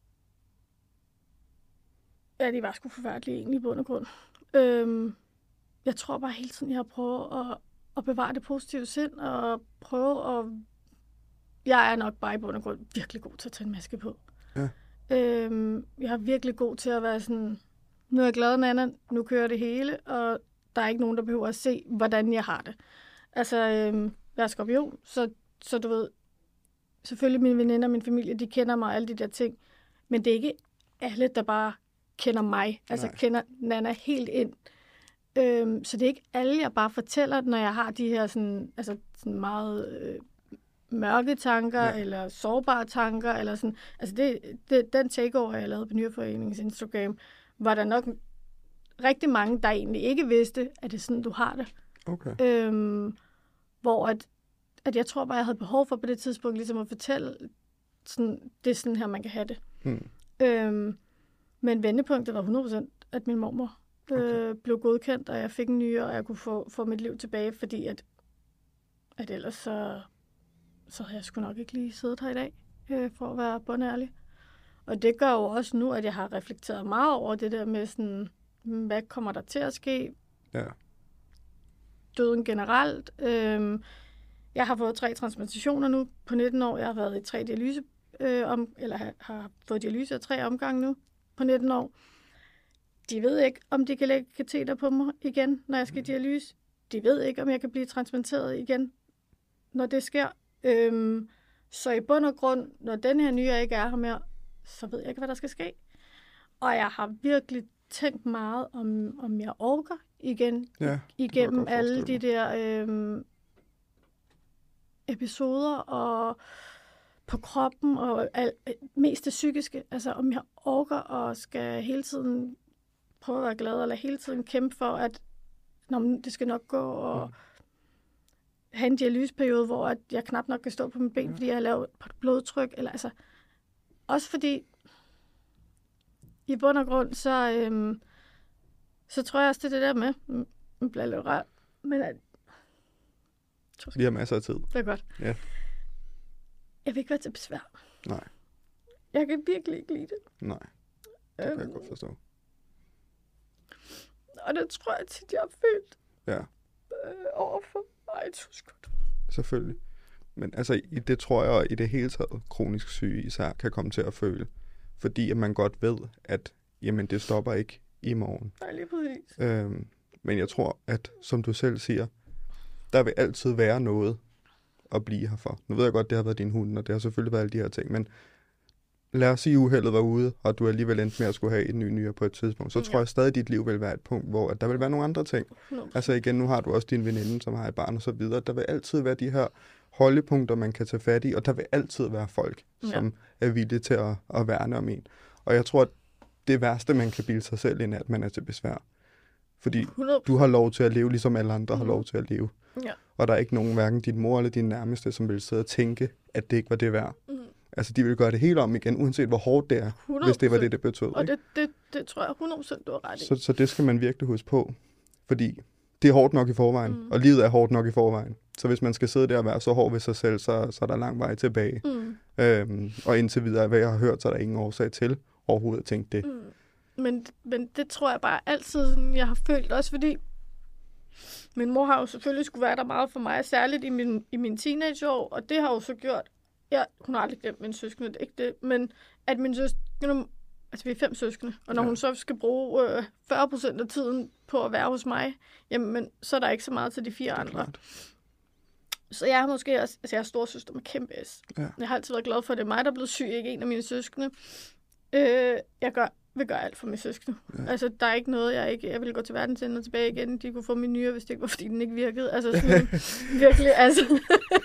ja, de var sgu forfærdelige egentlig i bund og grund. Jeg tror bare hele tiden, jeg har prøvet at bevare det positive sind, og prøve at... Jeg er nok bare i bund og grund virkelig god til at tage en maske på. Ja. Jeg er virkelig god til at være sådan, nu er jeg glad, Nana, nu kører det hele, og der er ikke nogen, der behøver at se, hvordan jeg har det. Altså, jeg er skorpion, så du ved, selvfølgelig mine veninder og min familie, de kender mig og alle de der ting, men det er ikke alle, der bare kender mig, altså kender Nana helt ind. Så det er ikke alle, jeg bare fortæller, når jeg har de her sådan sådan meget mørke tanker, eller sårbare tanker, eller sådan. Altså den takeover, jeg lavede på Nyreforeningens Instagram, var der nok rigtig mange, der egentlig ikke vidste, at det er sådan, du har det. Okay. Hvor at jeg tror bare, jeg havde behov for på det tidspunkt ligesom at fortælle, sådan, det er sådan her, man kan have det. Men vendepunktet var 100%, at min mormor blev godkendt, og jeg fik en nyre, og jeg kunne få mit liv tilbage, fordi at ellers så havde jeg sgu nok ikke lige siddet her i dag, for at være bundærlig. Og det gør jo også nu, at jeg har reflekteret meget over det der med sådan, hvad kommer der til at ske? Ja. Døden generelt. Jeg har fået 3 transplantationer nu på 19 år. Jeg har været i 3 dialyse, har fået dialyse af 3 omgange nu på 19 år. De ved ikke, om de kan lægge kateter på mig igen, når jeg skal i dialyse. De ved ikke, om jeg kan blive transplanteret igen, når det sker. Så i bund og grund, når den her nye ikke er her mere, så ved jeg ikke, hvad der skal ske. Og jeg har virkelig tænkt meget, om jeg orker igen, igennem alle de der episoder, og på kroppen, og mest det psykiske. Altså, om jeg orker og skal hele tiden prøve at være glad, eller hele tiden kæmpe for, at det skal nok gå, og have en dialyseperiode, hvor at jeg knap nok kan stå på mine ben, fordi jeg har lavet blodtryk, eller altså, også fordi i bund og grund, så tror jeg også, det er det der med, man bliver lidt rørt, men vi har masser af tid. Det er godt. Ja. Jeg vil ikke være til besvær. Nej. Jeg kan virkelig ikke lide det. Nej, det kan jeg godt forstå. Og det tror jeg tit, jeg har følt overfor mig søskende. Selvfølgelig. Men altså, det tror jeg, i det hele taget, kronisk syge især kan komme til at føle. Fordi at man godt ved, at jamen, det stopper ikke i morgen. Nej, lige præcis. Men jeg tror, at som du selv siger, der vil altid være noget at blive her for. Nu ved jeg godt, det har været din hund, og det har selvfølgelig været alle de her ting, men lad os sige, uheldet var ude, og du alligevel endte med at skulle have en ny nyre på et tidspunkt, så tror jeg stadig, at dit liv vil være et punkt, hvor der vil være nogle andre ting. Altså igen, nu har du også din veninde, som har et barn og så videre. Der vil altid være de her holdepunkter, man kan tage fat i, og der vil altid være folk, som er villige til at værne om en. Og jeg tror, at det værste, man kan bilde sig selv ind, er, at man er til besvær. Fordi 100%. Du har lov til at leve, ligesom alle andre har lov til at leve. Ja. Og der er ikke nogen, hverken din mor eller din nærmeste, som vil sidde og tænke, at det ikke var det værd. Altså, de vil gøre det helt om igen, uanset hvor hårdt det er, 100%. Hvis det var det betød. Og det tror jeg 100% du har ret i. Så det skal man virkelig huske på, fordi det er hårdt nok i forvejen, og livet er hårdt nok i forvejen. Så hvis man skal sidde der og være så hård ved sig selv, så er der lang vej tilbage. Og indtil videre, hvad jeg har hørt, så er der ingen årsag til overhovedet at tænke det. Men det tror jeg bare altid, jeg har følt, også fordi min mor har jo selvfølgelig skulle være der meget for mig, særligt i min teenageår, og det har jo så gjort, hun har aldrig glemt min søskende, det er ikke det, men at min søskende, altså vi er 5 søskende, og når hun så skal bruge 40% af tiden på at være hos mig, jamen så er der ikke så meget til de 4 andre. Klart. Så jeg har måske også, altså jeg er storsøster med kæmpe S. Ja. Jeg har altid været glad for, at det er mig, der er blevet syg, ikke en af mine søskende. Jeg vil gøre alt for mine søskende. Ja. Altså, der er ikke noget, jeg ville gå til verdensenden og tilbage igen. De kunne få min nyre, hvis det ikke var, fordi den ikke virkede. Altså, sådan, virkelig, altså.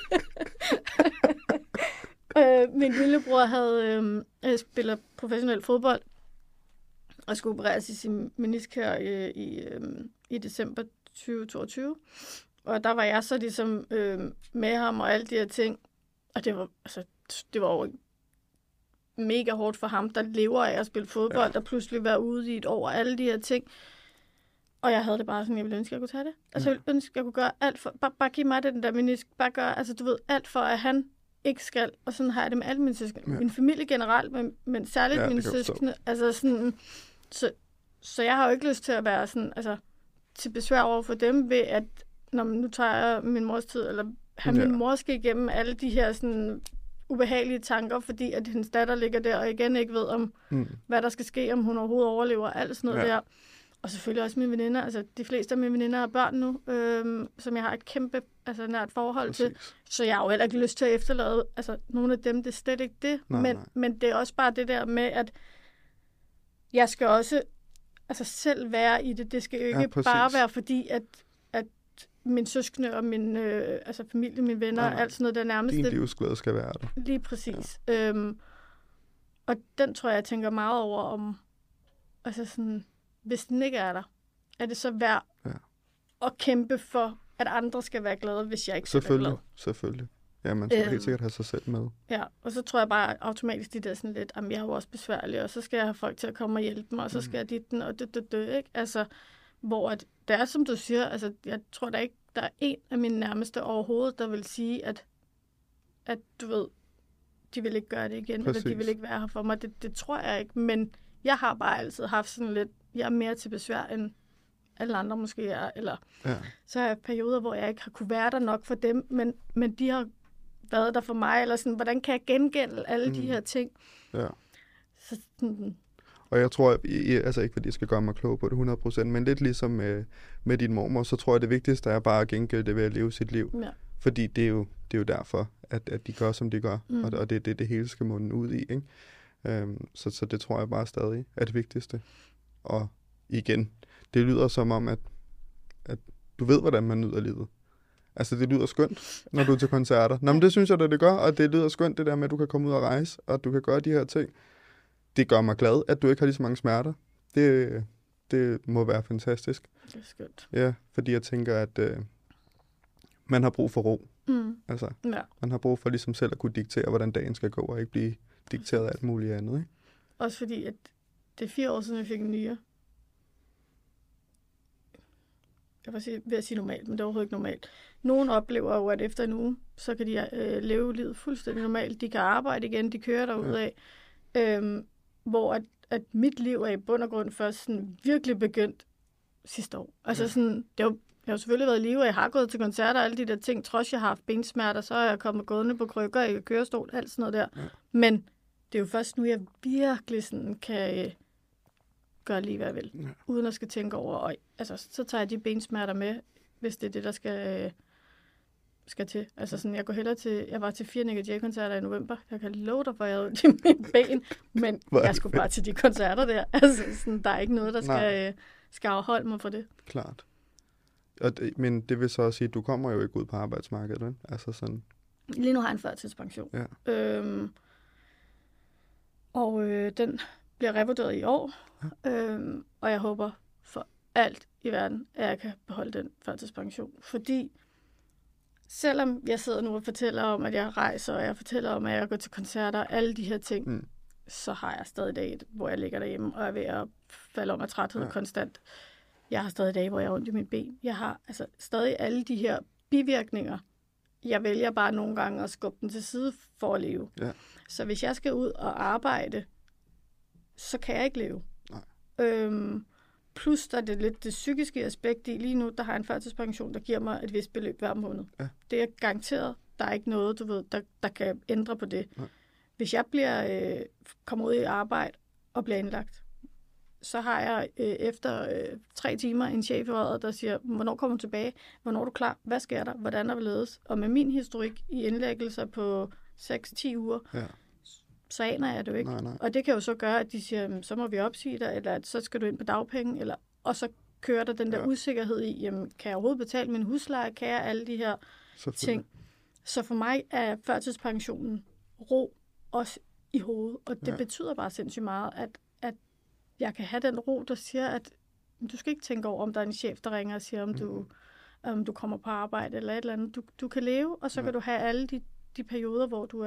Min lillebror havde spillet professionel fodbold, og skulle opereres i sin menisk her i december 2022. Og der var jeg så ligesom med ham og alle de her ting. Og det var jo mega hårdt for ham, der lever af at spille fodbold, der pludselig være ude i et år og alle de her ting. Og jeg havde det bare sådan, jeg ville ønske, at jeg kunne tage det. Altså, jeg ville ønske, at jeg kunne gøre alt for, bare give mig den der menisk, bare gøre, altså du ved, alt for, at han ikke skal, og sådan har jeg det med alle mine søskende. Ja. Min familie generelt, men særligt mine søskende. Altså sådan, så jeg har jo ikke lyst til at være sådan, altså, til besvær over for dem ved, at når nu tager jeg min mors tid, eller have min mor skal igennem alle de her sådan ubehagelige tanker, fordi at hendes datter ligger der, og igen ikke ved om, hvad der skal ske, om hun overhovedet overlever, alt sådan noget der. Og selvfølgelig også mine veninder, altså de fleste af mine veninder er børn nu, som jeg har et kæmpe nært forhold til. Så jeg har jo heller ikke lyst til at efterlade nogle af dem, det er slet ikke det. Men det er også bare det der med, at jeg skal også selv være i det. Det skal jo ikke bare være fordi, at min søskende og min familie, mine venner, alt sådan noget der nærmest. Din livsglæde skal være der. Lige præcis. Ja. Og den tror jeg tænker meget over om, hvis den ikke er der, er det så værd at kæmpe for, at andre skal være glade, hvis jeg ikke skal være glad. Selvfølgelig. Ja, man skal helt sikkert have sig selv med. Ja, og så tror jeg bare automatisk, de der sådan lidt, jeg er jo også besværlig, og så skal jeg have folk til at komme og hjælpe mig, og så skal jeg dit den, og ikke? Altså, hvor det er, som du siger, jeg tror da ikke, der er en af mine nærmeste overhovedet, der vil sige, at du ved, de vil ikke gøre det igen, Præcis. eller de vil ikke være her for mig. Det tror jeg ikke, men jeg har bare altid haft sådan lidt, jeg er mere til besvær, end alle andre måske er, eller så har jeg perioder, hvor jeg ikke har kunne være der nok for dem, men de har været der for mig, eller sådan, hvordan kan jeg gengælde alle de her ting? Ja. Så sådan, og jeg tror, altså ikke fordi jeg skal gøre mig klog på det 100%, men lidt ligesom med din mormor, så tror jeg, det vigtigste er bare at gengælde det ved at leve sit liv. ja. Fordi det er jo derfor, at de gør, som de gør, og det er det hele skal munde ud i, ikke? Så det tror jeg bare stadig er det vigtigste. Og igen, det lyder som om, at du ved, hvordan man nyder livet. Altså, det lyder skønt, når du er til koncerter. Nå, men det synes jeg da, det gør, og det lyder skønt, det der med, at du kan komme ud og rejse, og at du kan gøre de her ting. Det gør mig glad, at du ikke har lige så mange smerter. Det må være fantastisk. Det er skønt. Ja, fordi jeg tænker, at man har brug for ro. Altså, man har brug for ligesom selv at kunne diktere, hvordan dagen skal gå, og ikke blive dikteret af alt muligt andet, ikke? Også fordi, at det er 4 år siden, jeg fik en nyre. Jeg var ved at sige normalt, men det er overhovedet ikke normalt. Nogle oplever jo, at efter en uge, så kan de leve livet fuldstændig normalt. De kan arbejde igen, de kører derudad. Hvor at mit liv er i bund og grund først sådan virkelig begyndt sidste år. Altså sådan, jeg har selvfølgelig været i live, og jeg har gået til koncerter og alle de der ting. Trods jeg har haft bensmerter, så er jeg kommet gående på krykker i kørestol, alt sådan noget der. Ja. Men det er jo først nu, jeg virkelig sådan kan gøre lige, hvad jeg vil. Uden at skal tænke over, og altså, så tager jeg de bensmerter med, hvis det er det, der skal til. Altså sådan, jeg var til 4 Nick Jay-koncerter i november. Jeg kan love dig, for jeg havde ondt i mine ben, men jeg skulle bare til de koncerter der. Altså sådan, der er ikke noget, der skal afholde mig for det. Klart. Men det vil så også sige, at du kommer jo ikke ud på arbejdsmarkedet, vel? Altså sådan. Lige nu har jeg en førtidspension. Ja. Den bliver revurderet i år. Ja. Og jeg håber for alt i verden, at jeg kan beholde den førtidspension. Fordi selvom jeg sidder nu og fortæller om, at jeg rejser, og jeg fortæller om, at jeg går til koncerter, og alle de her ting, så har jeg stadig dage, hvor jeg ligger derhjemme, og er ved at falde om af træthed konstant. Jeg har stadig dage, hvor jeg har ondt i mine ben. Jeg har altså stadig alle de her bivirkninger. Jeg vælger bare nogle gange at skubbe den til side for at leve. Ja. Så hvis jeg skal ud og arbejde, så kan jeg ikke leve. Plus der er det lidt det psykiske aspekt i. Lige nu, der har jeg en førtidspension, der giver mig et vist beløb hver måned. Ja. Det er garanteret. Der er ikke noget, du ved, der kan ændre på det. Ja. Hvis jeg kommer ud i arbejde og bliver indlagt, så har jeg efter 3 timer en chef i øjet, der siger, hvornår kommer du tilbage? Hvornår er du klar? Hvad sker der? Hvordan er det ledes? Og med min historik i indlæggelser på 6-10 uger, så aner jeg det jo ikke. Nej. Og det kan jo så gøre, at de siger, så må vi opsige dig, eller at så skal du ind på dagpenge, og så kører der den der usikkerhed i, jamen, kan jeg overhovedet betale min husleje? Kan jeg alle de her ting? Så for mig er førtidspensionen ro også i hovedet, og det betyder bare sindssygt meget, at jeg kan have den ro, der siger, at du skal ikke tænke over, om der er en chef, der ringer og siger, om du kommer på arbejde eller et eller andet. Du kan leve, og så kan du have alle de perioder, hvor du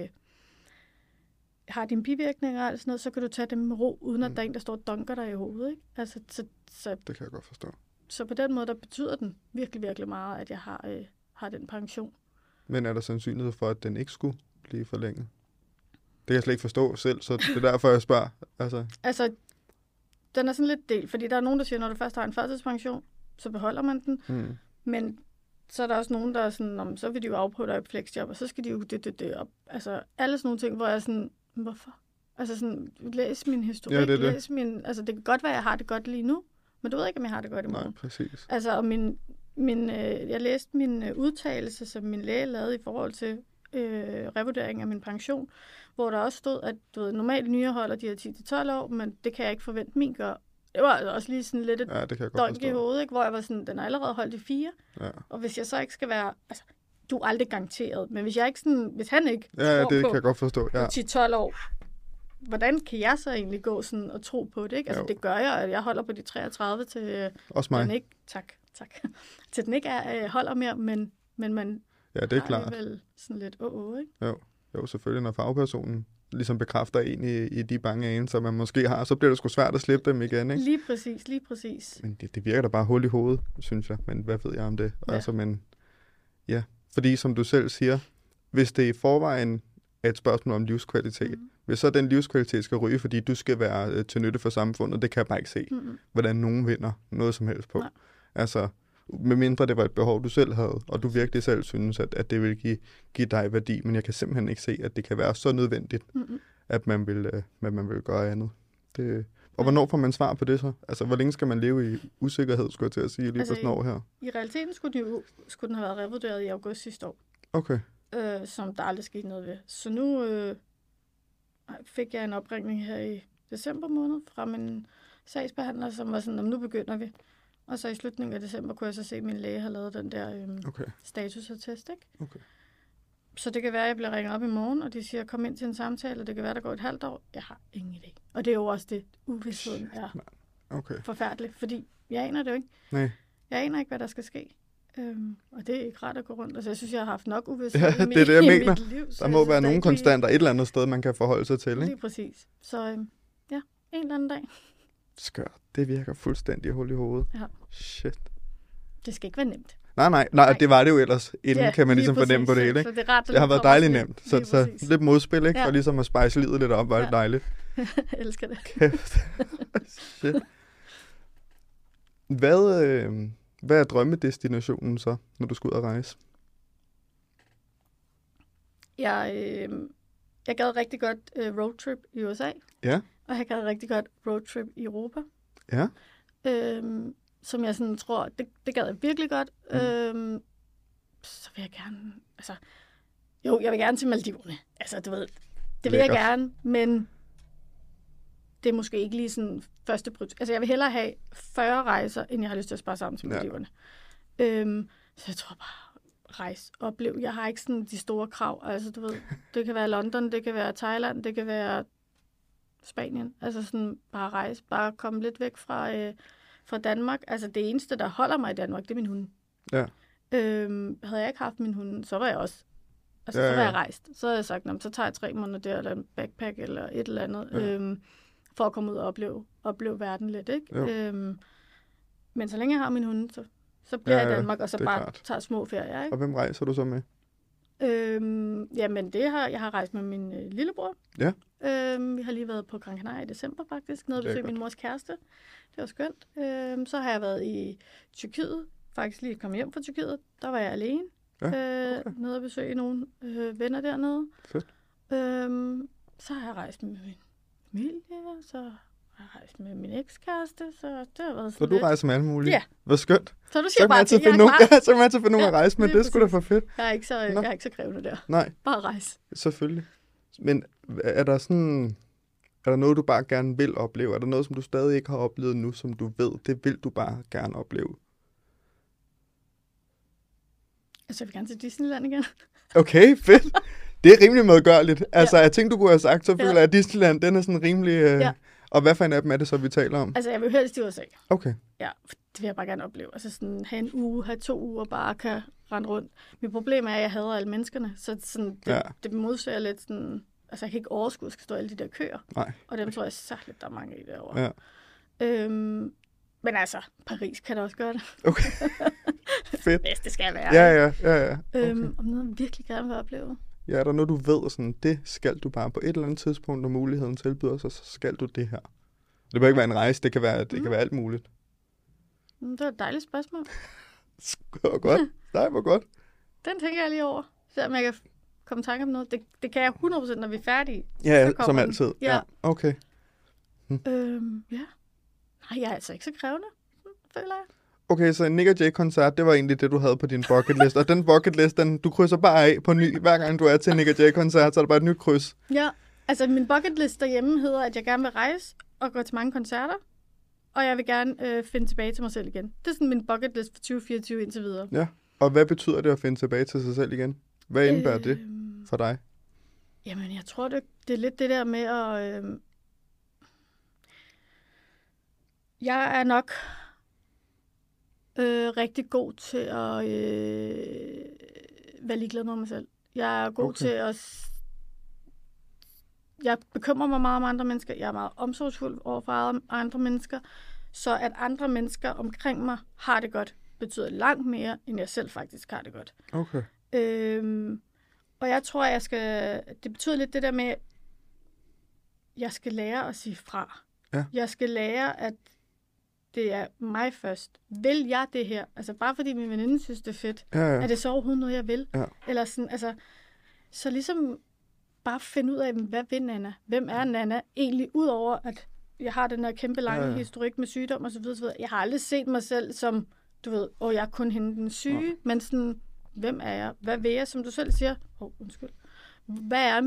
har dine bivirkninger og sådan noget, så kan du tage dem med ro, uden at der er en, der står og dunker dig i hovedet. Ikke? Altså, så, det kan jeg godt forstå. Så på den måde, der betyder den virkelig, virkelig meget, at jeg har den pension. Men er der sandsynlighed for, at den ikke skulle blive forlænget? Det kan jeg slet ikke forstå selv, så det er derfor, jeg spørger. Altså, den er sådan lidt delt, fordi der er nogen, der siger, når du først har en førtidspension, så beholder man den. Men så er der også nogen, der er sådan, så vil de jo afprøve dig i flexjob, og så skal de jo det op. Altså, alle sådan nogle ting, hvor jeg er sådan, hvorfor? Altså sådan, læs min historik, læs min, altså det kan godt være, at jeg har det godt lige nu, men du ved ikke, om jeg har det godt i morgen. Nej, præcis. Altså, og jeg læste min udtalelse, som min læge lavede i forhold til revurdering af min pension, hvor der også stod, at normalt nyere holder de her 10-12 år, men det kan jeg ikke forvente, min gør. Det var også lige sådan lidt et dunk i hovedet, ikke? Hvor jeg var sådan, den er allerede holdt i 4. Ja. Og hvis jeg så ikke skal være, altså, du er aldrig garanteret, men hvis han ikke tror det kan jeg godt forstå. Ja. 10-12 år, hvordan kan jeg så egentlig gå sådan og tro på det, ikke? Altså, det gør jeg, og jeg holder på de 33 til også mig. Den ikke, tak, til den ikke holder mere, men man det er klart. Vel sådan lidt ikke? Jo, selvfølgelig, når fagpersonen ligesom bekræfter en i de bange anelser, man måske har, så bliver det sgu svært at slippe dem igen, ikke? Lige præcis. Men det virker da bare hul i hovedet, synes jeg. Men hvad ved jeg om det? Ja. Altså, fordi som du selv siger, hvis det i forvejen er et spørgsmål om livskvalitet. Hvis så den livskvalitet skal ryge, fordi du skal være til nytte for samfundet, det kan jeg bare ikke se, hvordan nogen vinder noget som helst på. Nej. Altså, medmindre det var et behov, du selv havde, og du virkelig selv synes, at det vil give dig værdi, men jeg kan simpelthen ikke se, at det kan være så nødvendigt, at man vil gøre andet. Og hvornår får man svar på det så? Altså, hvor længe skal man leve i usikkerhed, skulle jeg til at sige, lige på sådan år her? I realiteten skulle den have været revurderet i august sidste år. Okay. Som der aldrig skete noget ved. Så nu fik jeg en opringning her i december måned fra min sagsbehandler, som var sådan, nu begynder vi. Og så i slutningen af december kunne jeg så se, at min læge har lavet den der statusattest, ikke? Okay. Så det kan være, at jeg bliver ringet op i morgen, og de siger, kom ind til en samtale, og det kan være, der går et halvt år. Jeg har ingen idé. Og det er jo også det, uvidstheden er forfærdeligt, fordi jeg aner det jo ikke. Nej. Jeg aner ikke, hvad der skal ske. Og det er ikke ret at gå rundt. Altså, jeg synes, jeg har haft nok uvidsthed i mit liv. Der må være nogle konstanter et eller andet sted, man kan forholde sig til, ikke? Lige præcis. Så en eller anden dag. Skørt. Det virker fuldstændig hul i hovedet. Ja. Shit. Det skal ikke være nemt. Nej, det var det jo ellers. Inden kan man ligesom fornemme på det hele, ikke? Det har været dejligt nemt. Så lidt modspil, ikke? Ja. Og ligesom at spice livet lidt op, var det dejligt. Jeg elsker det. Kæft. Shit. Hvad er drømmedestinationen så, når du skal ud og rejse? Jeg gad rigtig godt roadtrip i USA. Ja. Og jeg gad rigtig godt roadtrip i Europa. Ja. Som jeg sådan tror, det gad jeg virkelig godt. Så vil jeg gerne, altså, jeg vil gerne til Maldiverne. Altså, du ved, det vil jeg gerne, men det er måske ikke lige sådan første prioritet. Altså, jeg vil hellere have 40 rejser, end jeg har lyst til at spare sammen til Maldiverne. Så jeg tror bare, rejse, oplev. Jeg har ikke sådan de store krav. Altså, du ved, det kan være London, det kan være Thailand, det kan være Spanien. Altså sådan bare rejse, bare komme lidt væk fra Danmark. Altså det eneste, der holder mig i Danmark, det er min hund. Ja. Havde jeg ikke haft min hund, så var jeg også, så var jeg rejst. Så havde jeg sagt, så tager jeg 3 måneder der, eller en backpack, eller et eller andet, for at komme ud og opleve verden lidt, ikke? Men så længe jeg har min hund, så bliver jeg i Danmark, og så bare tager små ferier, ikke? Og hvem rejser du så med? Jamen jeg har rejst med min lillebror. Ja. Vi har lige været på Gran Canaria i december faktisk, nede og besøge min mors kæreste. Det var skønt. Så har jeg været i Tyrkiet, faktisk lige kommet hjem fra Tyrkiet. Der var jeg alene, nede og besøge nogle venner dernede. Fedt. Så har jeg rejst med min familie, så har jeg rejst med min ekskæreste, så det har været sådan. Så du rejser med alle mulige? Ja. Hvor skønt. Så du siger bare, at jeg er klar. Så kan man altid finde nogen at rejse med, det skulle da for fedt. Jeg er ikke så krævende der. Nej. Bare rejse. Selvfølgelig. Men er der noget, du bare gerne vil opleve? Er der noget, som du stadig ikke har oplevet nu, som du ved, det vil du bare gerne opleve? Altså, jeg vil gerne til Disneyland igen. Okay, fedt. Det er rimelig medgørligt. Altså, jeg tænkte, du kunne have sagt, så føler jeg, at Disneyland, den er sådan rimelig... Og hvad for en af dem er det så, vi taler om? Altså, jeg vil helst i USA. Okay. Ja, det vil jeg bare gerne opleve. Altså sådan, have 2 uger, bare kan rende rundt. Mit problem er, at jeg hader alle menneskerne, så sådan, det modsager lidt sådan... Altså, jeg kan ikke overskue, at skal stå alle de der køer. Nej. Og dem tror jeg særligt, der er mange i derovre. Ja. Men altså, Paris kan da også gøre det. Okay. Fedt. Hvis det skal være. Ja. Okay. Om noget, jeg virkelig gerne vil opleve. Ja, er der noget, du ved, sådan, det skal du bare på et eller andet tidspunkt, når muligheden tilbyder sig, så skal du det her. Det bør ikke være en rejse, det kan være alt muligt. Det var et dejligt spørgsmål. Det var godt. Nej, hvor godt. Den tænker jeg lige over, selvom jeg kan komme i tanke om noget. Det kan jeg 100%, når vi er færdige. Ja, som altid. Ja. Okay. Ja. Nej, jeg er altså ikke så krævende, føler jeg. Okay, så en Nik & Jay-koncert, det var egentlig det, du havde på din bucket list. Og den bucket list, du krydser bare af på ny. Hver gang du er til en Nik & Jay-koncert, så er der bare et nyt kryds. Ja, altså min bucket list derhjemme hedder, at jeg gerne vil rejse og gå til mange koncerter. Og jeg vil gerne finde tilbage til mig selv igen. Det er sådan min bucket list for 2024 indtil videre. Ja, og hvad betyder det at finde tilbage til sig selv igen? Hvad indebærer det for dig? Jamen, jeg tror, det er lidt det der med at... Jeg er nok rigtig god til at være ligeglad med mig selv. Jeg er god til at... Jeg bekymrer mig meget om andre mennesker. Jeg er meget omsorgsfuld over for andre mennesker. Så at andre mennesker omkring mig har det godt, betyder langt mere, end jeg selv faktisk har det godt. Okay. Og jeg tror, det betyder lidt det der med, jeg skal lære at sige fra. Ja. Jeg skal lære, at det er mig først. Vil jeg det her? Altså bare fordi min veninde synes, det er fedt. Ja. Er det så overhovedet noget, jeg vil? Ja. Eller sådan, altså, så ligesom bare finde ud af, hvad vil Nanna? Hvem er Nanna egentlig? Udover at jeg har den her kæmpe lange historik med sygdom og så videre. Jeg har aldrig set mig selv som, du ved, jeg er kun hende den syge. Men sådan, hvem er jeg? Hvad vil jeg, som du selv siger? Undskyld. Hvad er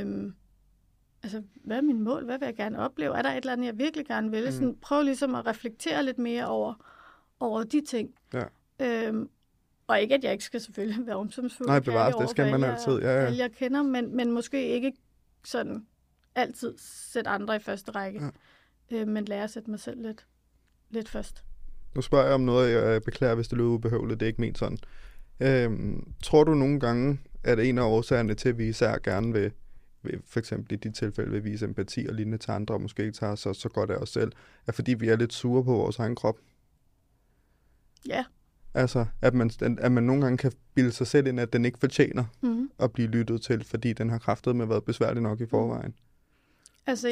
hvad er min mål? Hvad vil jeg gerne opleve? Er der et eller andet, jeg virkelig gerne vil? Sådan, prøv ligesom at reflektere lidt mere over de ting. Ja. Og ikke, at jeg ikke skal selvfølgelig være omsorgsfuld. Nej, bevares, det skal man altid. Ja. Alle jeg kender, men måske ikke sådan altid sætte andre i første række. Ja. Men lære at sætte mig selv lidt først. Nu spørger jeg om noget, jeg beklager, hvis det lyder ubehøvlet. Det er ikke ment sådan. Tror du nogle gange, at en af årsagerne til, at vi især gerne vil for eksempel i de tilfælde vil vise empati og lignende til andre, og måske ikke tager så godt af os selv, er fordi vi er lidt sure på vores egen krop? Ja. Altså, at man nogle gange kan bilde sig selv ind, at den ikke fortjener at blive lyttet til, fordi den har kraftedeme været besværlig nok i forvejen. Altså,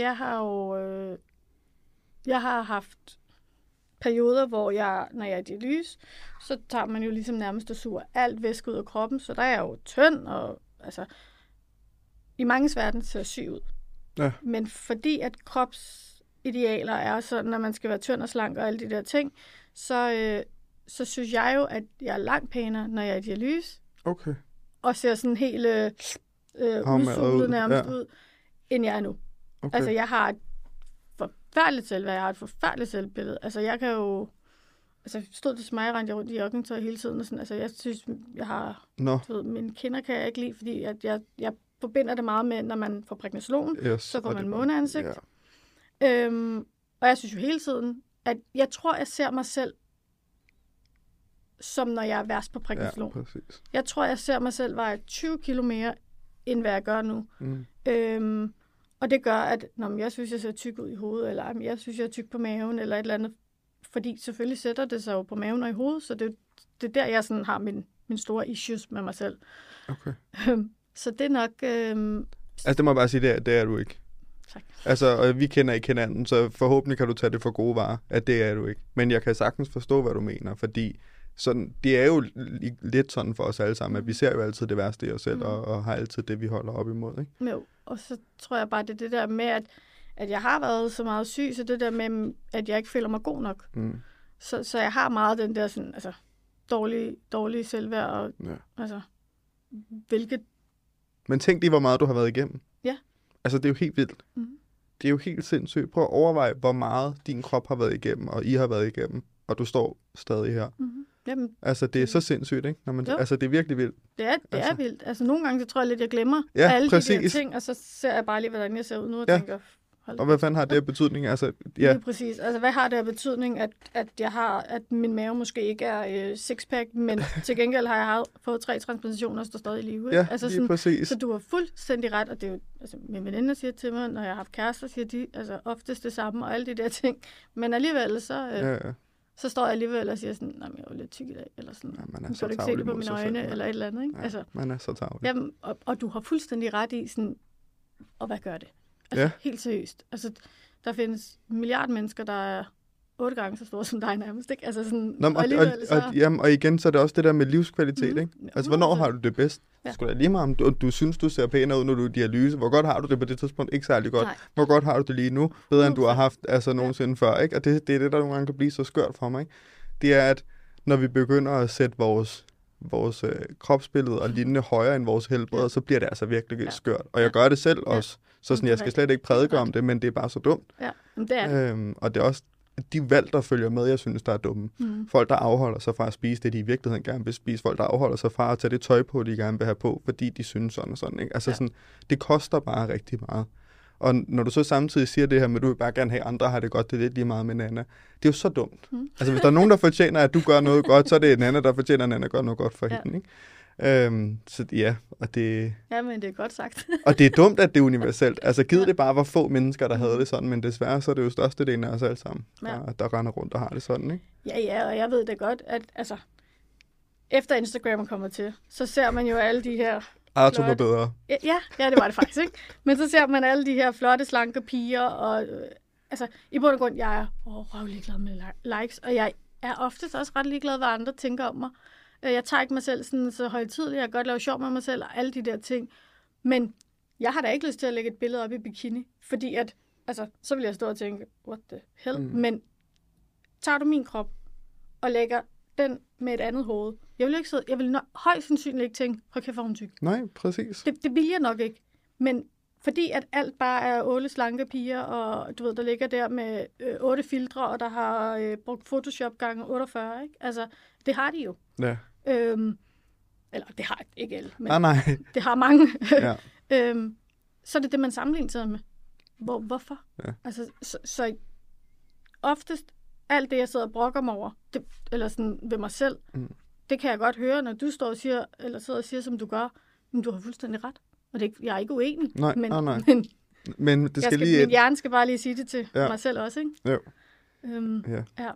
jeg har haft perioder, hvor når jeg er i dialyse, så tager man jo ligesom nærmest og suger alt væske ud af kroppen, så der er jeg jo tynd, og altså, i manges verden ser syg ud. Ja. Men fordi at kropsidealer er sådan, at man skal være tynd og slank og alle de der ting, så synes jeg jo, at jeg er langt pænere, når jeg er i dialyse. Okay. Og ser sådan helt udsulet nærmest ud, end jeg er nu. Okay. Altså, jeg har et forfærdeligt selvværd, jeg har et forfærdeligt selvbillede. Altså, jeg kan jo... Altså, stod det til mig, rendte jeg rundt i joggingtøj hele tiden, og sådan, altså, jeg synes, jeg har... mine kinder kan jeg ikke lide, fordi at jeg forbinder det meget med, når man får prednisolon, så får man måneansigt. Ja. Og jeg synes jo hele tiden, at jeg tror, jeg ser mig selv, som når jeg er værst på prednisolon. Ja, præcis. Jeg tror, jeg ser mig selv veje 20 kilo mere, end hvad jeg gør nu. Og det gør, at jeg synes, jeg ser tyk ud i hovedet, eller jeg synes, jeg er tyk på maven, eller et eller andet. Fordi selvfølgelig sætter det sig jo på maven og i hovedet, så det er der, jeg sådan har min store issues med mig selv. Okay. Så det er nok... Altså, det må jeg bare sige, det er du ikke. Tak. Altså, og vi kender ikke hinanden, så forhåbentlig kan du tage det for gode varer, at det er du ikke. Men jeg kan sagtens forstå, hvad du mener, fordi sådan, det er jo lidt sådan for os alle sammen, at vi ser jo altid det værste i os selv, og har altid det, vi holder op imod, ikke? Jo, og så tror jeg bare, det er det der med, at jeg har været så meget syg, så det der med, at jeg ikke føler mig god nok. Så jeg har meget den der sådan, altså, dårlige selvværd, og altså, hvilket... Men tænk lige, hvor meget du har været igennem. Ja. Altså, det er jo helt vildt. Det er jo helt sindssygt. Prøv at overveje, hvor meget din krop har været igennem, og I har været igennem, og du står stadig her. Jamen, altså, det er så sindssygt, ikke? Altså, det er virkelig vildt. Det er vildt. Altså, nogle gange, så tror jeg lidt, jeg glemmer alle de der ting, og så ser jeg bare lige, hvordan jeg ser ud nu, og tænker... Og hvad fanden har det af betydning? Altså, ja. Lige præcis. Altså, hvad har det af betydning, at min mave måske ikke er sixpack, men til gengæld har jeg fået 3 transplantationer, der stadig i live. Ja, altså, lige præcis. Så du har fuldstændig ret, og det er jo, altså, mine veninder siger til mig, når jeg har haft kærester, siger de altså, oftest det samme, og alle de der ting. Men alligevel, så står jeg alligevel og siger sådan, nej, jeg er jo lidt tyk i dag, eller sådan, man kan du ikke se det på mine øjne, eller et eller andet, ikke? Ja, altså, man er så tarvelig. Jamen, og du har fuldstændig ret i sådan, og hvad gør det? Altså, helt seriøst. Altså, der findes 1 milliard mennesker, der er 8 gange så store som dig nærmest, ikke? Altså sådan, og igen, så er det også det der med livskvalitet, ikke? Altså, hvornår har du det bedst? Ja. Skulle da lige meget, om du synes, du ser pænere ud, når du er i dialyse. Hvor godt har du det på det tidspunkt? Ikke særlig godt. Nej. Hvor godt har du det lige nu? Bedre, end du har haft nogensinde før, ikke? Og det er det, der nogle gange kan blive så skørt for mig, ikke? Det er, at når vi begynder at sætte vores kropsbillede og lignende højere end vores helbred, så bliver det altså virkelig skørt. Og jeg gør det selv også. Så sådan, jeg skal slet ikke prædike om det, men det er bare så dumt. Ja, det er det. Og det er også de valg, der følger med, jeg synes, der er dumme. Folk, der afholder sig fra at spise det, de i virkeligheden gerne vil spise. Folk, der afholder sig fra at tage det tøj på, de gerne vil have på, fordi de synes sådan og sådan. Ikke? Altså sådan, det koster bare rigtig meget. Og når du så samtidig siger det her med, at du vil bare gerne have andre har det godt, det er lidt lige meget med Nanna. Det er jo så dumt. Altså, hvis der er nogen, der fortjener, at du gør noget godt, så er det Nanna, der fortjener, at Nanna gør noget godt for hende, ikke? Så ja, og det... Ja, men det er godt sagt. Og det er dumt, at det er universelt. Altså, givet det bare var få mennesker, der havde det sådan, men desværre så er det jo størstedelen af os alle sammen, der render rundt og har det sådan, ikke? Ja, og jeg ved det godt, at altså, efter Instagram kommer til, så ser man jo alle de her Arthur var bedre. Ja, det var det faktisk, ikke? Men så ser man alle de her flotte, slanke piger, og altså, i bund og grund, jeg er røvlig glad med likes, og jeg er oftest også ret ligeglad, hvad andre tænker om mig. Jeg tager ikke mig selv sådan så højtideligt, jeg kan godt lave sjov med mig selv, og alle de der ting. Men jeg har da ikke lyst til at lægge et billede op i bikini, fordi at, altså, så vil jeg stå og tænke, what the hell? Men tager du min krop og lægger den med et andet hoved, jeg vil højst sandsynligt ikke tænke, hold kæft, hvor hun tyk. Nej, præcis. Det vil jeg nok ikke. Men fordi at alt bare er 8 slanke piger, og du ved, der ligger der med 8 filtre, og der har brugt Photoshop gange 48, ikke? Altså, det har de jo. Ja. Eller det har ikke alle, men nej. det har mange. Ja. Så er det det, man sammenligner sig med. Hvorfor? Ja. Altså, så oftest alt det, jeg sidder og brokker mig over, eller sådan ved mig selv, det kan jeg godt høre, når du står og siger, eller sidder og siger, som du gør, men du har fuldstændig ret. Og jeg er ikke uenig. Nej. Men det skal min hjerne skal bare lige sige det til mig selv også, ikke? Jo. Ja.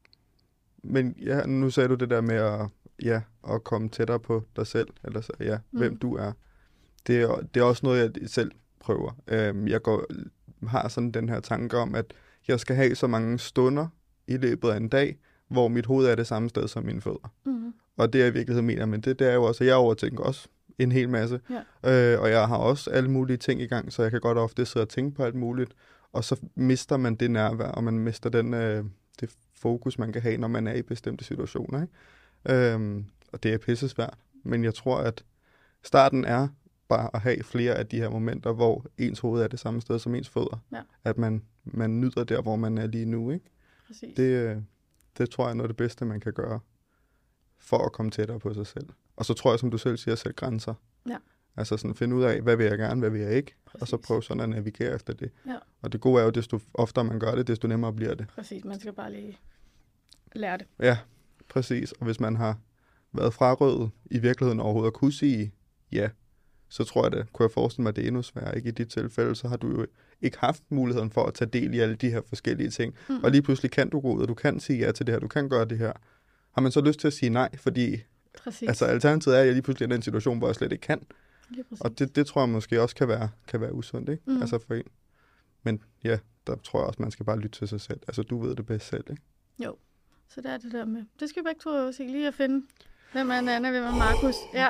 Men ja, nu sagde du det der med at komme tættere på dig selv, eller så, hvem du er. Det er også noget, jeg selv prøver. Jeg har sådan den her tanke om, at jeg skal have så mange stunder i løbet af en dag, hvor mit hoved er det samme sted som mine fødder. Mm-hmm. Og det er i virkeligheden mener, men det er jo også, jeg overtænker også en hel masse. Ja. Og jeg har også alle mulige ting i gang, så jeg kan godt ofte sidde og tænke på alt muligt. Og så mister man det nærvær, og man mister det fokus, man kan have, når man er i bestemte situationer. Ikke? Og det er pissesvært. Men jeg tror, at starten er bare at have flere af de her momenter, hvor ens hoved er det samme sted som ens fødder. Ja. At man nyder der, hvor man er lige nu. Ikke? Præcis. Det tror jeg er noget af det bedste, man kan gøre for at komme tættere på sig selv. Og så tror jeg, som du selv siger, at sætte grænser. Ja. Altså sådan finde ud af, hvad vil jeg gerne, hvad vil jeg ikke. Præcis. Og så prøve sådan at navigere efter det. Ja. Og det gode er jo, desto oftere man gør det, desto nemmere bliver det. Præcis, man skal bare lige lære det. Ja, præcis. Og hvis man har været frarøvet i virkeligheden overhovedet at kunne sige ja, så tror jeg det, kunne jeg forestille mig, at det er endnu sværere. Ikke? I dit tilfælde, så har du jo ikke haft muligheden for at tage del i alle de her forskellige ting. Og lige pludselig kan du gå ud, og du kan sige ja til det her, du kan gøre det her. Har man så lyst til at sige nej, fordi altså, alternativet er, at jeg lige pludselig er i den situation, hvor jeg slet ikke kan. Og det tror jeg måske også kan være usundt, ikke? Altså for en. Men ja, der tror jeg også, man skal bare lytte til sig selv. Altså, du ved det bedst selv, ikke? Jo, så det er det der med. Det skal vi begge to også lige at finde. Hvem er Anna, hvem er Markus? Ja.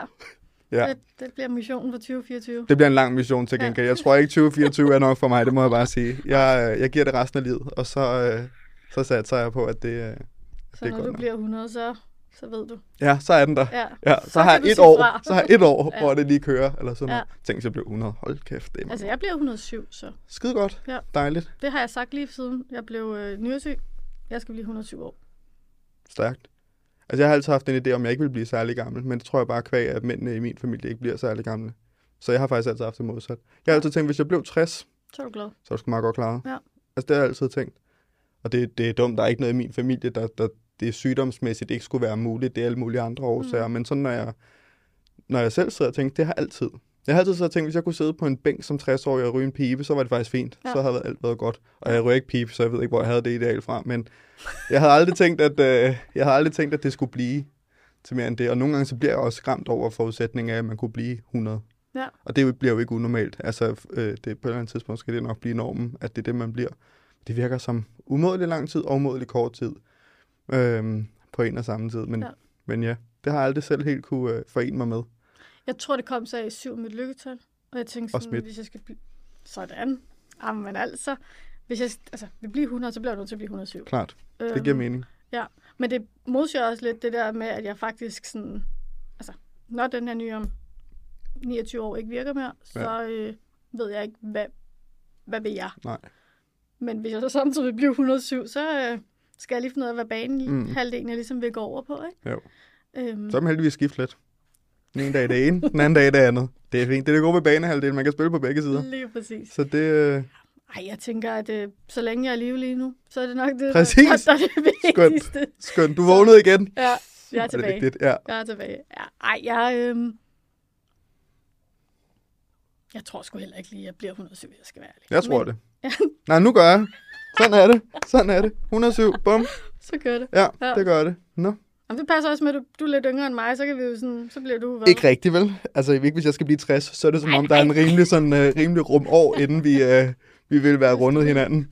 Det bliver missionen for 2024. Det bliver en lang mission til gengæld. Jeg tror ikke, 2024 er nok for mig, det må jeg bare sige. Jeg giver det resten af livet, og så satser jeg på, at det er så når du bliver 100, så ved du. Ja, så er den der. Ja, så har jeg et år, hvor det lige kører, eller sådan noget. Tænk, så jeg bliver 100. Hold kæft. Det altså, jeg bliver 107, så. Skide godt. Ja. Dejligt. Det har jeg sagt lige siden jeg blev nyresyg. Jeg skal blive 107 år. Stærkt. Altså, jeg har altid haft en idé om, jeg ikke vil blive særlig gammel, men det tror jeg bare kvæg, at mændene i min familie ikke bliver særlig gamle. Så jeg har faktisk altid haft det modsat. Jeg har altid tænkt, hvis jeg blev 60, så er du glad. Så er du sgu meget godt klaret. Ja. Altså, det har jeg altid tænkt. Og det er dumt, der er ikke noget i min familie, der det sygdomsmæssigt ikke skulle være muligt. Det er alle mulige andre årsager. Men sådan, når jeg selv sidder og tænker, det har altid. Jeg har altid siddet og tænkt, hvis jeg kunne sidde på en bænk som 60-årig og ryge en pibe, så var det faktisk fint. Ja. Så havde alt været godt. Og jeg ryger ikke pibe, så jeg ved ikke, hvor jeg havde det ideal fra. Men jeg havde aldrig tænkt, at det skulle blive til mere end det. Og nogle gange så bliver jeg også skræmt over forudsætningen af, at man kunne blive 100. Ja. Og det bliver jo ikke unormalt. Altså, det på et eller andet tidspunkt skal det nok blive normen, at det er det, man bliver. Det virker som umådelig lang tid og umådelig kort tid. På en og samme tid. Men ja, det har jeg aldrig selv helt kunne forene mig med. Jeg tror, det kom så i 7 mit lykketal. Og jeg tænkte sådan, hvis jeg skal blive sådan. Jamen altså, hvis jeg vil blive 100, så bliver jeg nødt til at blive 107. Klart, det giver mening. Ja, men det modsiger også lidt det der med, at jeg faktisk sådan, altså, når den her nye om 29 år ikke virker mere, så ved jeg ikke, hvad vil jeg. Nej. Men hvis jeg så samtidig bliver 107, så skal jeg lige finde ud af, hvad banen halvdelen jeg ligesom vil gå over på, ikke? Jo. Så er man heldigvis skifte lidt. Den ene dag det ene, den anden dag det andet. Det er fint. Det er det gode ved banehalvdelen. Man kan spille på begge sider. Lige præcis. Så det... Ej, jeg tænker, at så længe jeg er i live lige nu, så er det nok det, der er det vigtigste. Skønt. Du vågnede igen. Ja, jeg er tilbage. Jeg er tilbage. Ja, ej, jeg tror sgu heller ikke lige, at jeg bliver 107, jeg skal være ærlig. Jeg tror det. Ja. Nej, nu gør jeg. Sådan er det. 107. Bum. Så gør det. Ja, det gør det. Nå. Jamen, det passer også med, at du er lidt yngre end mig, så kan vi jo sådan, så bliver du... Hvad? Ikke rigtigt, vel? Altså, ikke hvis jeg skal blive 60, så er det som om, der er en rimelig rum år, inden vi vil være rundet hinanden.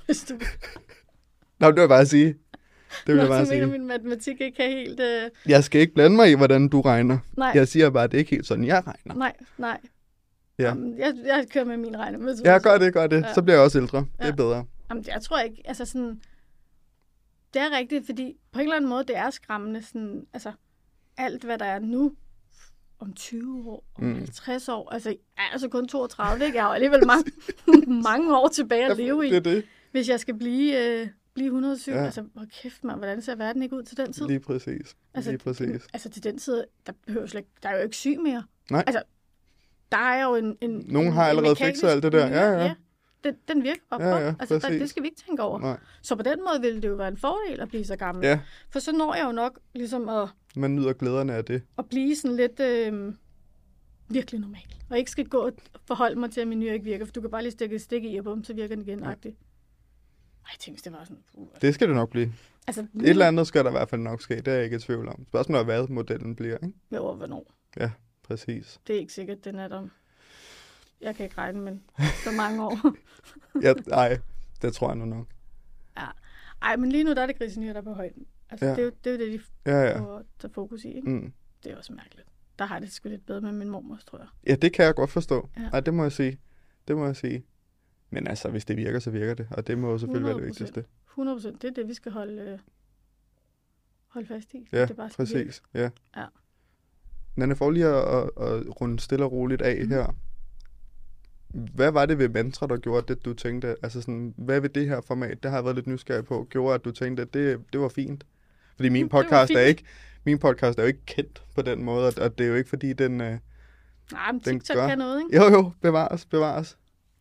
Nå, det vil jeg bare sige. Det vil jeg bare sige. Min matematik ikke er helt... Jeg skal ikke blande mig i, hvordan du regner. Nej. Jeg siger bare, at det er ikke helt sådan, jeg regner. Nej. Ja. Jamen, jeg kører med min regnemetode. Ja, gør det. Ja. Så bliver jeg også ældre. Det er bedre. Jamen, jeg tror ikke, altså sådan... Det er rigtigt, fordi på en eller anden måde, det er skræmmende, sådan, altså, alt hvad der er nu, om 20 år, om 50 år, altså, jeg er altså kun 32, ikke? Jeg har alligevel mange år tilbage at leve i. Det er det. Hvis jeg skal blive 107, altså, hvor kæft man, hvordan ser verden ikke ud til den tid? Lige præcis. Altså, til den tid, der er jo ikke syg mere. Nej. Altså, der er jo nogen har allerede fikset alt det der. Ja. Den virker bare på. Altså, det skal vi ikke tænke over. Nej. Så på den måde ville det jo være en fordel at blive så gammel. Ja. For så når jeg jo nok ligesom at... Man nyder glæderne af det. At blive sådan lidt virkelig normal. Og ikke skal gå og forholde mig til, at min nyre ikke virker. For du kan bare lige stikke et stik i, og bum, så virker den igen. Ja. Ej, jeg tænkte, hvis det var sådan... Det skal det nok blive. Altså, et eller andet skal der i hvert fald nok ske. Det er jeg ikke i tvivl om. Spørgsmålet er, hvad modellen bliver, ikke? Jo, og hvornår. Ja, præcis. Det er ikke sikkert, den er der... Jeg kan ikke regne, men så mange år. Nej, det tror jeg nu nok. Ja. Ej, men lige nu der er det grisenyre, der er på højden. Altså, det er jo det, de får at tage fokus i, ikke? Mm. Det er også mærkeligt. Der har det sgu lidt bedre med min mormor, tror jeg. Ja, det kan jeg godt forstå. Ja. Ej, det må jeg sige. Men altså, hvis det virker, så virker det. Og det må jo selvfølgelig 100%. Være det vigtigste. 100%. Det er det, vi skal holde fast i. Ja, det bare præcis. Ja. Ja. Nanna, for lige at runde stille og roligt af her. Hvad var det ved mantra, der gjorde det, du tænkte, altså sådan, hvad ved det her format, det har jeg været lidt nysgerrig på, gjorde, at du tænkte, at det var fint? Fordi min podcast er jo ikke kendt på den måde, og det er jo ikke fordi, den nej, men TikTok kan noget, ikke? Jo, bevares.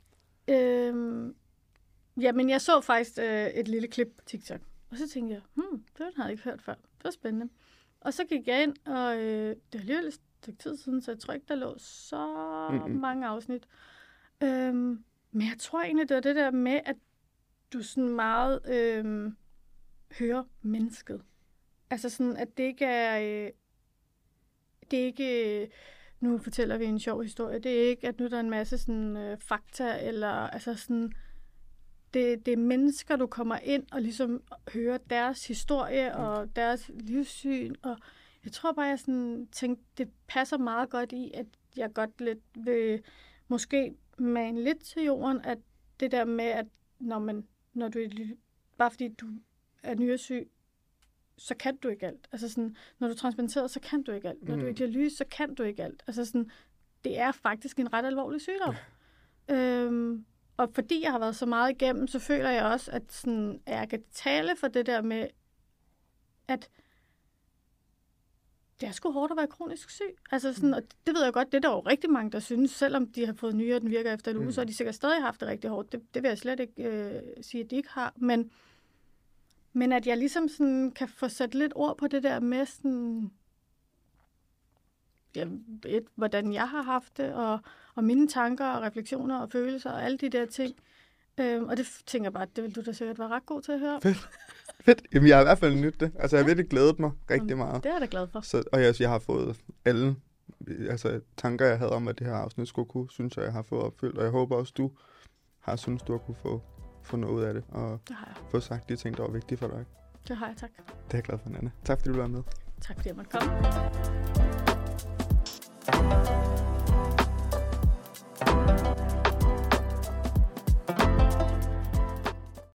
Jamen, jeg så faktisk et lille klip på TikTok, og så tænkte jeg, det havde jeg ikke hørt før. Det var spændende. Og så gik jeg ind, og det var alligevel et stykke tid siden, så jeg tror ikke, der lå så mange afsnit. Men jeg tror egentlig, det var det der med, at du sådan meget hører mennesket. Altså sådan, at det ikke er... det er ikke... Nu fortæller vi en sjov historie. Det er ikke, at nu der er en masse sådan, fakta, eller altså sådan... Det er mennesker, du kommer ind og ligesom hører deres historie og deres livssyn. Og jeg tror bare, jeg sådan tænkte, det passer meget godt i, at jeg godt lidt vil måske mane lidt til jorden, at det der med, at når du bare fordi du er nyresyg, så kan du ikke alt. Altså sådan, når du er transplanteret, så kan du ikke alt. Når du er i dialyse, så kan du ikke alt. Altså sådan, det er faktisk en ret alvorlig sygdom. Og fordi jeg har været så meget igennem, så føler jeg også, at sådan, jeg kan tale for det der med, at det er sgu hårdt at være kronisk syg. Altså sådan, og det ved jeg godt, det er der jo rigtig mange, der synes, selvom de har fået nyere, den virker efter en uge, så har de sikkert stadig haft det rigtig hårdt. Det vil jeg slet ikke sige, at de ikke har. Men at jeg ligesom sådan kan få sat lidt ord på det der med sådan, hvordan jeg har haft det, og mine tanker og refleksioner og følelser og alle de der ting. Og det tænker jeg bare, det vil du da sikkert være ret god til at høre. Fedt. Jamen, jeg har i hvert fald nydt det. Altså, jeg har virkelig glædet mig rigtig meget. Det er jeg da glad for. Så, og jeg har fået alle tanker, jeg havde om, at det her afsnit skulle kunne, synes jeg har fået opfyldt. Og jeg håber også, du har synes, du har kunne få noget ud af det. Og få sagt de ting, der var vigtige for dig. Det har jeg, tak. Det er jeg glad for, Nanna. Tak fordi du var med. Tak fordi jeg måtte komme.